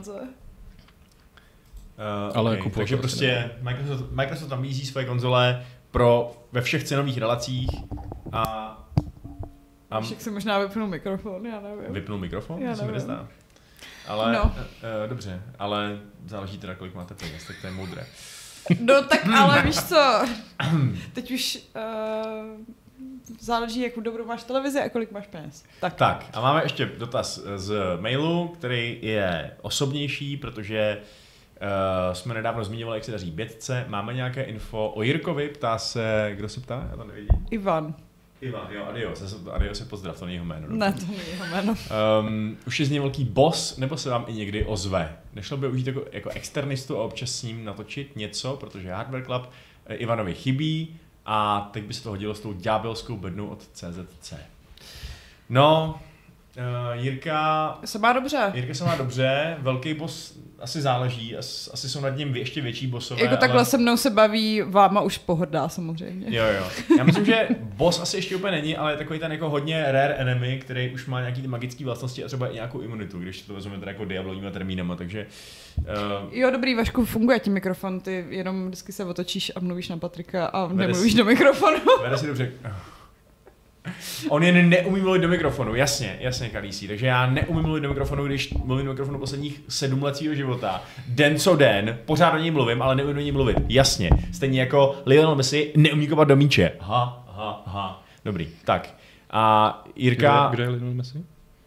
Ale okay. Takže prostě Microsoft tam nabízí svoje konzole ve všech cenových relacích a však si možná vypnul mikrofon, já nevím. Vypnul mikrofon? Já to se mi nezdá. Ale no. Dobře, ale záleží teda, kolik máte peněz, tak to je moudré. No tak ale víš co, teď už záleží, jakou dobrou máš televizi a kolik máš peněz. Tak a máme ještě dotaz z mailu, který je osobnější, protože jsme nedávno zmiňovali, jak se daří Bětce. Máme nějaké info o Jirkovi? Ptá se, kdo se ptá? Já to nevidím. Ivan, jo, Adios je pozdrav, to není jeho jméno. ne, to není jeho jméno. Už je z něj velký boss, nebo se vám i někdy ozve? Nešlo by užít jako externistu a občas s ním natočit něco, protože Hardware Club Ivanovi chybí a teď by se to hodilo s tou ďábelskou bednou od CZC. No, Jirka Se má dobře. se má dobře, velký boss asi záleží, asi jsou nad ním ještě větší bossové. Jako takhle se mnou se baví, váma už pohrdá samozřejmě. Jo. Já myslím, že boss asi ještě úplně není, ale je takový ten jako hodně rare enemy, který už má nějaký ty magické vlastnosti a třeba i nějakou imunitu, když to vezmeme teda jako diablovýma termínama, takže... Jo, dobrý, Vašku, funguje ti mikrofon, ty jenom vždycky se otočíš a mluvíš na Patrika a nemluvíš do mikrofonu. Vede si dobře. On jen neumí mluvit do mikrofonu, jasně, Kalísí, takže já neumím mluvit do mikrofonu, když mluvím do mikrofonu posledních 7 let svého života. Den co den, pořád do něj mluvím, ale neumím do něj mluvit, jasně. Stejně jako Lionel Messi neumí kopat do míče. Ha. Dobrý, tak. A Jirka... Kdo je Lionel Messi?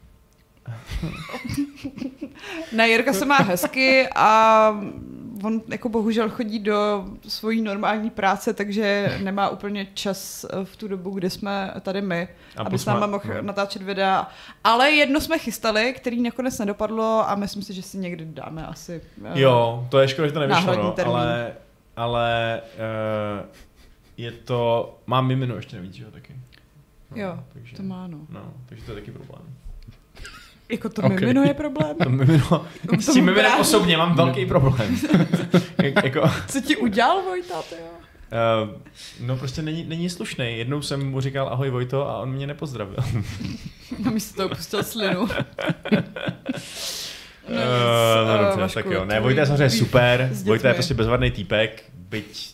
Ne, Jirka se má hezky a on jako bohužel chodí do svojí normální práce, takže nemá úplně čas v tu dobu, kdy jsme tady my, aby s náma mohl natáčet videa. Ale jedno jsme chystali, který nakonec nedopadlo a myslím si, že si někdy dáme asi Jo, to je škoda, že to nevyšlo, no, termín. ale je to... Mám mimino ještě navíc, jo, taky. No, Jo, takže, to má, no. No, takže to je taky problém. Jako to mimino je problém? To mimino, s tím miminem osobně mám velký problém. jako, Co ti udělal, Vojta, ty jo? No prostě není slušnej. Jednou jsem mu říkal ahoj Vojto a on mě nepozdravil. No místo toho pustil slinu. No dobře, Vašku, tak jo. Ne, Vojta je samozřejmě super. Vojta je prostě bezvadný týpek, byť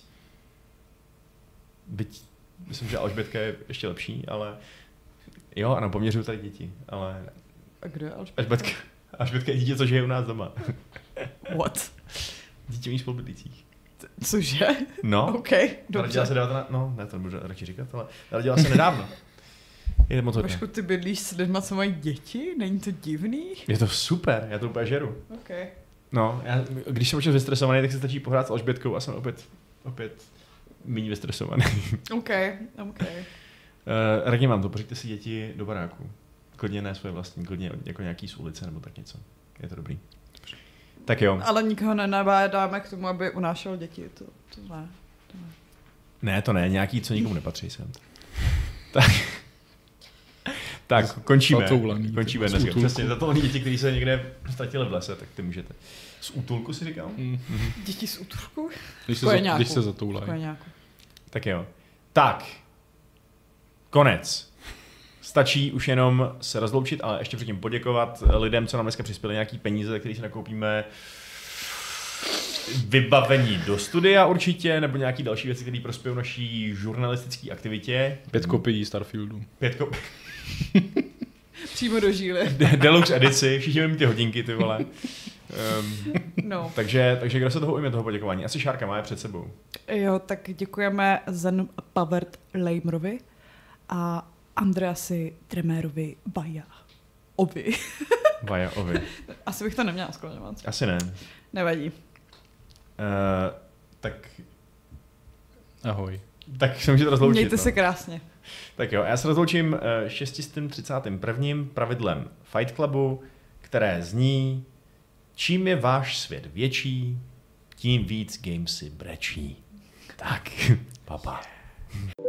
myslím, že Alžbětka je ještě lepší, ale jo, ano, poměřuju tady děti, ale A kdo je Alžbětka? Alžbětka je dítě, co žije u nás doma. What? Dítě mých spolubydlících. Cože? No. OK, dobře. Narodila se 19, no, ne, to nebudu radši říkat, ale narodila se nedávno. Je moc hodně. Vašku, ty bydlíš s lidma, co mají děti? Není to divný? Je to super, já to úplně žeru. OK. No, když jsem občas vystresovaný, tak se stačí pohrát s Alžbětkou a jsem opět méně vystresovaný. OK. Radně mám to, pořiďte si děti do baráku. Klidně ne svoje vlastní, klidně jako nějaký z ulice nebo tak něco. Je to dobrý. Tak jo. Ale nikoho nenabádáme k tomu, aby unášel děti. To ne. Ne, to ne, nějaký, co nikomu nepatří sem. Tak, končíme. Končíme dneska. Přesně, zatoulený děti, kteří se někde ztratili v lese, tak ty můžete. Z útulku si říkal? Děti z útulku? Když se zatoulají. Tak jo. Tak. Konec. Stačí už jenom se rozloučit, ale ještě předtím poděkovat lidem, co nám dneska přispěli nějaký peníze, který si nakoupíme vybavení do studia určitě, nebo nějaký další věci, které prospějí naší žurnalistické aktivitě. 5 kopií Starfieldu. 5 kopií. Přímo do žíly. Deluxe edici, všichni budeme mít ty hodinky, ty vole. No. Takže kdo se toho ujme, toho poděkování? Asi Šárka má je před sebou. Jo, tak děkujeme Zen Powered Lamerovi a Andreasi Tremérovi Vaja Ovi. Vaja Ovi. Asi bych to neměla skloňovat. Asi ne. Nevadí. Tak... Ahoj. Tak se můžete rozloučit. Mějte se krásně. Tak jo, já se rozloučím 631. pravidlem Fight Clubu, které zní: čím je váš svět větší, tím víc gamesy brečí. Tak, papa.